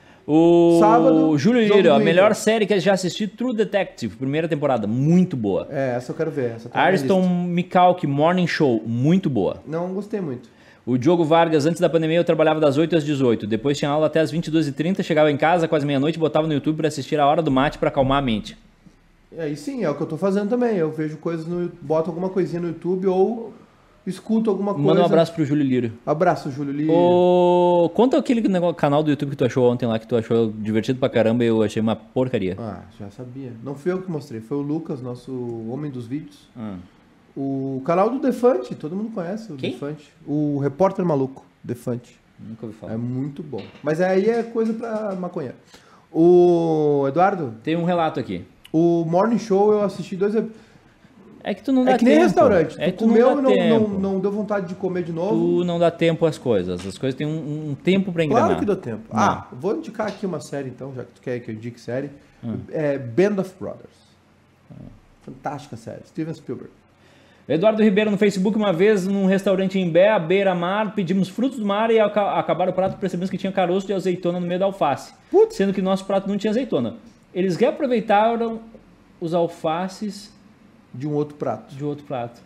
O Sábado, Júlio jogo Lírio, do a Inter. melhor série que eu já assisti, True Detective, primeira temporada, muito boa. É, essa eu quero ver. Essa tá na minha Ariston lista. Michalke, Morning Show, muito boa. Não gostei muito. O Diogo Vargas, antes da pandemia eu trabalhava das oito às dezoito, depois tinha aula até às vinte e duas e trinta, chegava em casa quase meia-noite e botava no YouTube pra assistir a hora do mate pra acalmar a mente. E aí sim, é o que eu tô fazendo também. Eu vejo coisas no boto alguma coisinha no YouTube ou escuto alguma coisa. Manda um abraço pro Júlio Lírio. Abraço, Júlio Lírio. Ô, conta aquele negócio, canal do YouTube que tu achou ontem lá, que tu achou divertido pra caramba e eu achei uma porcaria. Ah, já sabia. Não fui eu que mostrei, foi o Lucas, nosso homem dos vídeos. Hum. O canal do Defante, todo mundo conhece o Quem? Defante. O repórter maluco, Defante. Nunca ouvi falar. É muito bom. Mas aí é coisa pra maconha. O Eduardo, Tem um relato aqui. o Morning Show eu assisti dois episódios. É que tu não dá É que nem tempo. restaurante. É Tu que tu comeu não e dá não, não, tempo. não deu vontade de comer de novo. Tu não dá tempo às coisas. As coisas têm um, um tempo pra engrenar. Claro que deu tempo. Não. Ah, vou indicar aqui uma série então, já que tu quer que eu indique série. Hum. É Band of Brothers. Fantástica série. Steven Spielberg. Eduardo Ribeiro no Facebook, uma vez num restaurante em Bé, à beira-mar, pedimos frutos do mar e ao ca- acabar o prato percebemos que tinha caroço de azeitona no meio da alface. Putz. Sendo que nosso prato não tinha azeitona. Eles reaproveitaram os alfaces De um outro prato. de outro prato.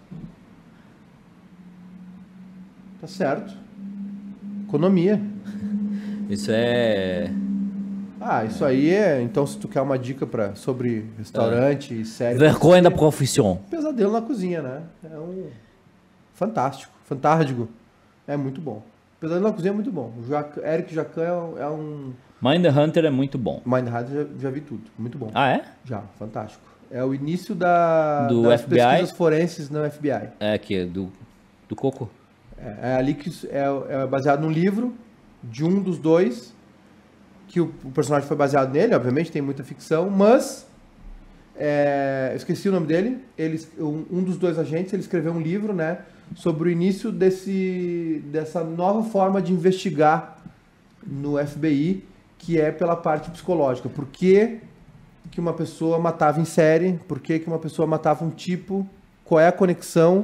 Tá certo. Economia. Isso é... Ah, isso aí é. Então, se tu quer uma dica pra, sobre restaurante e série. vergonha da profissão. Pesadelo na cozinha, né? É um. Fantástico. Fantástico. É muito bom. Pesadelo na cozinha é muito bom. O Jac... Eric Jacan é um- é um. Mind Hunter é muito bom. Mindhunter já, já vi tudo. Muito bom. Ah, é? Já, fantástico. É o início da, Do das F B I? pesquisas forenses no F B I. É aqui, do, do Coco. É, é ali que isso- é, é baseado num livro de um dos dois, que o, o personagem foi baseado nele, obviamente, tem muita ficção, mas é, eu esqueci o nome dele. Ele, um, um dos dois agentes, ele escreveu um livro, né, sobre o início desse, dessa nova forma de investigar no F B I, que é pela parte psicológica. Por que que uma pessoa matava em série? Por que que uma pessoa matava um tipo? Qual é a conexão?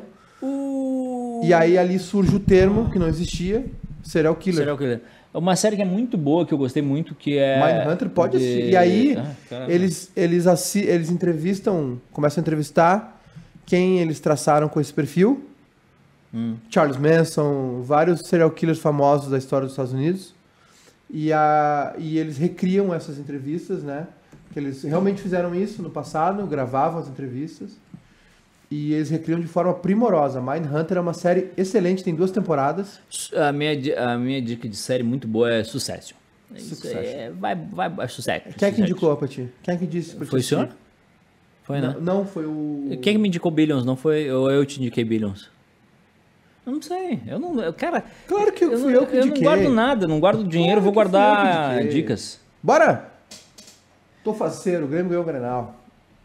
E aí ali surge o termo, que não existia, serial killer. Serial Killer. É uma série que é muito boa, que eu gostei muito, que é... Mindhunter pode de- assistir. E aí, Ah, caramba. eles, eles, assi eles entrevistam, começam a entrevistar quem eles traçaram com esse perfil. Hum. Charles Manson, vários serial killers famosos da história dos Estados Unidos. E, a, e eles recriam essas entrevistas, né? Que eles realmente fizeram isso no passado, gravavam as entrevistas. E eles recriam de forma primorosa. Mindhunter é uma série excelente, tem duas temporadas. A minha, di- a minha dica de série muito boa é Succession. Isso Succession. é, vai, vai, é Succession. Quem é que Succession. indicou pra ti? Quem é que disse pra ti Foi o assistir? senhor? Foi, né? Não, não, foi o... Quem é que me indicou Billions? Não foi? Ou eu te indiquei Billions? Eu não sei. Eu não... eu- Cara... Claro que eu, fui não, eu que eu não indiquei. guardo nada. Não guardo dinheiro. Claro vou que fui eu que guardar indiquei. dicas. Bora! Tô faceiro, o Grêmio ganhou o Grenal.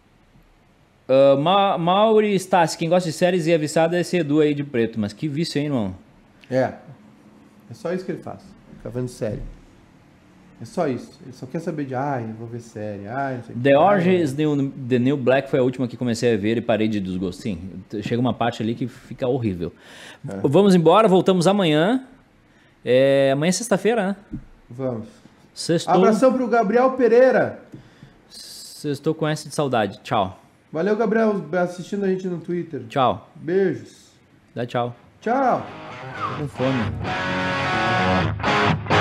Uh, Ma Mauri Stassi, quem gosta de séries e avisado é esse Edu aí de preto. Mas que vício, hein, irmão? É. É só isso que ele faz. Fica vendo série. É só isso. Ele só quer saber de, ai, eu vou ver série, ai, não sei o que. The Ai, Orange is the New, the New Black foi a última que comecei a ver e parei de desgosto. Sim, chega uma parte ali que fica horrível. É. Vamos embora, voltamos amanhã. É, amanhã é sexta-feira, né? Vamos. Sextou, Abração pro Gabriel Pereira. sextou com essa de saudade. Tchau. Valeu, Gabriel, assistindo a gente no Twitter. Tchau. Beijos. Dá tchau. Tchau. Tô com fome.